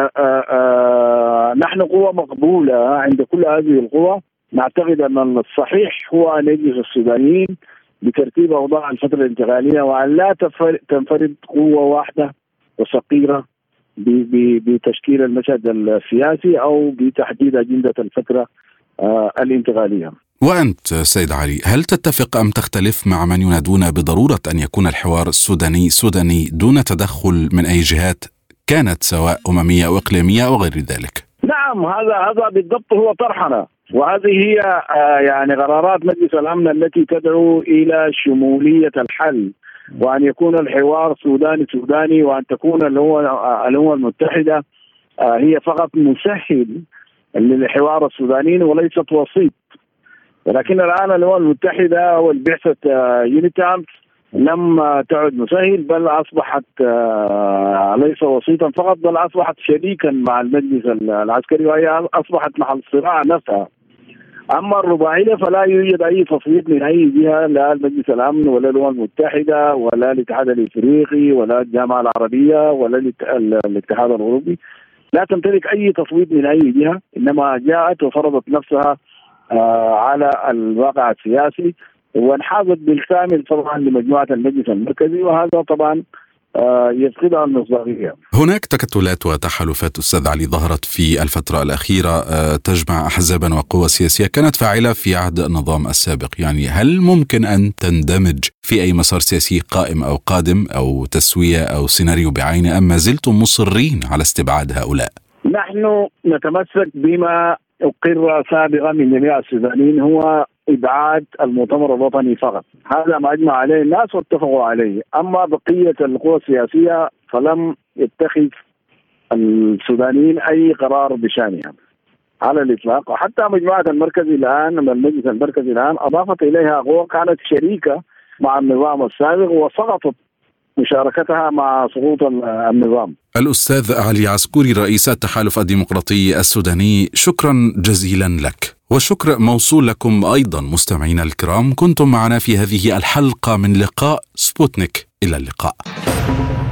Speaker 5: نحن قوة مقبولة عند كل هذه القوى. نعتقد أن الصحيح هو أن يجلس السودانيين بترتيب أوضاع الفترة الانتقالية، وأن لا تنفرد قوة واحدة وثقيلة بتشكيل المشهد السياسي أو بتحديد أجندة الفترة الانتقالية.
Speaker 4: وأنت سيد علي، هل تتفق أم تختلف مع من ينادون بضرورة أن يكون الحوار السوداني سوداني دون تدخل من أي جهات كانت، سواء أممية أو إقليمية أو غير ذلك؟
Speaker 5: نعم، هذا بالضبط هو طرحنا، وهذه هي يعني قرارات مجلس الأمن التي تدعو إلى شمولية الحل، وأن يكون الحوار سوداني، وأن تكون الأمم المتحدة هي فقط مسهل للحوار السوداني وليست وسيط. ولكن الآن الأمم المتحدة والبعثة يونيتام لم تعد مسهل، بل أصبحت ليس وسيطا فقط، بل أصبحت شريكا مع المجلس العسكري، وهي أصبحت محل صراع نفسها. أما الرباعية فلا يوجد أي تصويت من أي جهة، لا المجلس الأمن ولا الأمم المتحدة ولا الاتحاد الإفريقي ولا الجامعة العربية ولا الاتحاد الأوروبي، لا تمتلك أي تصويت من أي جهة، إنما جاءت وفرضت نفسها على الواقع السياسي وانحازت بالكامل طبعا لمجموعة المجلس المركزي، وهذا طبعا يفقدها المصداقية.
Speaker 4: هناك تكتلات وتحالفات أستاذ علي ظهرت في الفترة الأخيرة تجمع أحزابا وقوى سياسية كانت فاعلة في عهد النظام السابق، يعني هل ممكن أن تندمج في أي مسار سياسي قائم أو قادم أو تسوية أو سيناريو بعينه، أم ما زلتم مصرين على استبعاد هؤلاء؟
Speaker 5: نحن نتمسك بما أقر سابقا من جميع السودانيين، هو إبعاد المؤتمر الوطني فقط. هذا ما أجمع عليه الناس واتفقوا عليه. أما بقية القوى السياسية فلم يتخذ السودانيين أي قرار بشأنها على الإطلاق. حتى مجموعة المركزي الآن، المجلس المركزي الآن، أضافت إليها قوى كانت شريكة مع النظام السابق وسقطت مشاركتها مع سقوط النظام.
Speaker 4: الأستاذ علي عسكوري رئيس التحالف الديمقراطي السوداني، شكرا جزيلا لك، وشكر موصول لكم أيضا مستمعينا الكرام. كنتم معنا في هذه الحلقة من لقاء سبوتنيك، إلى اللقاء.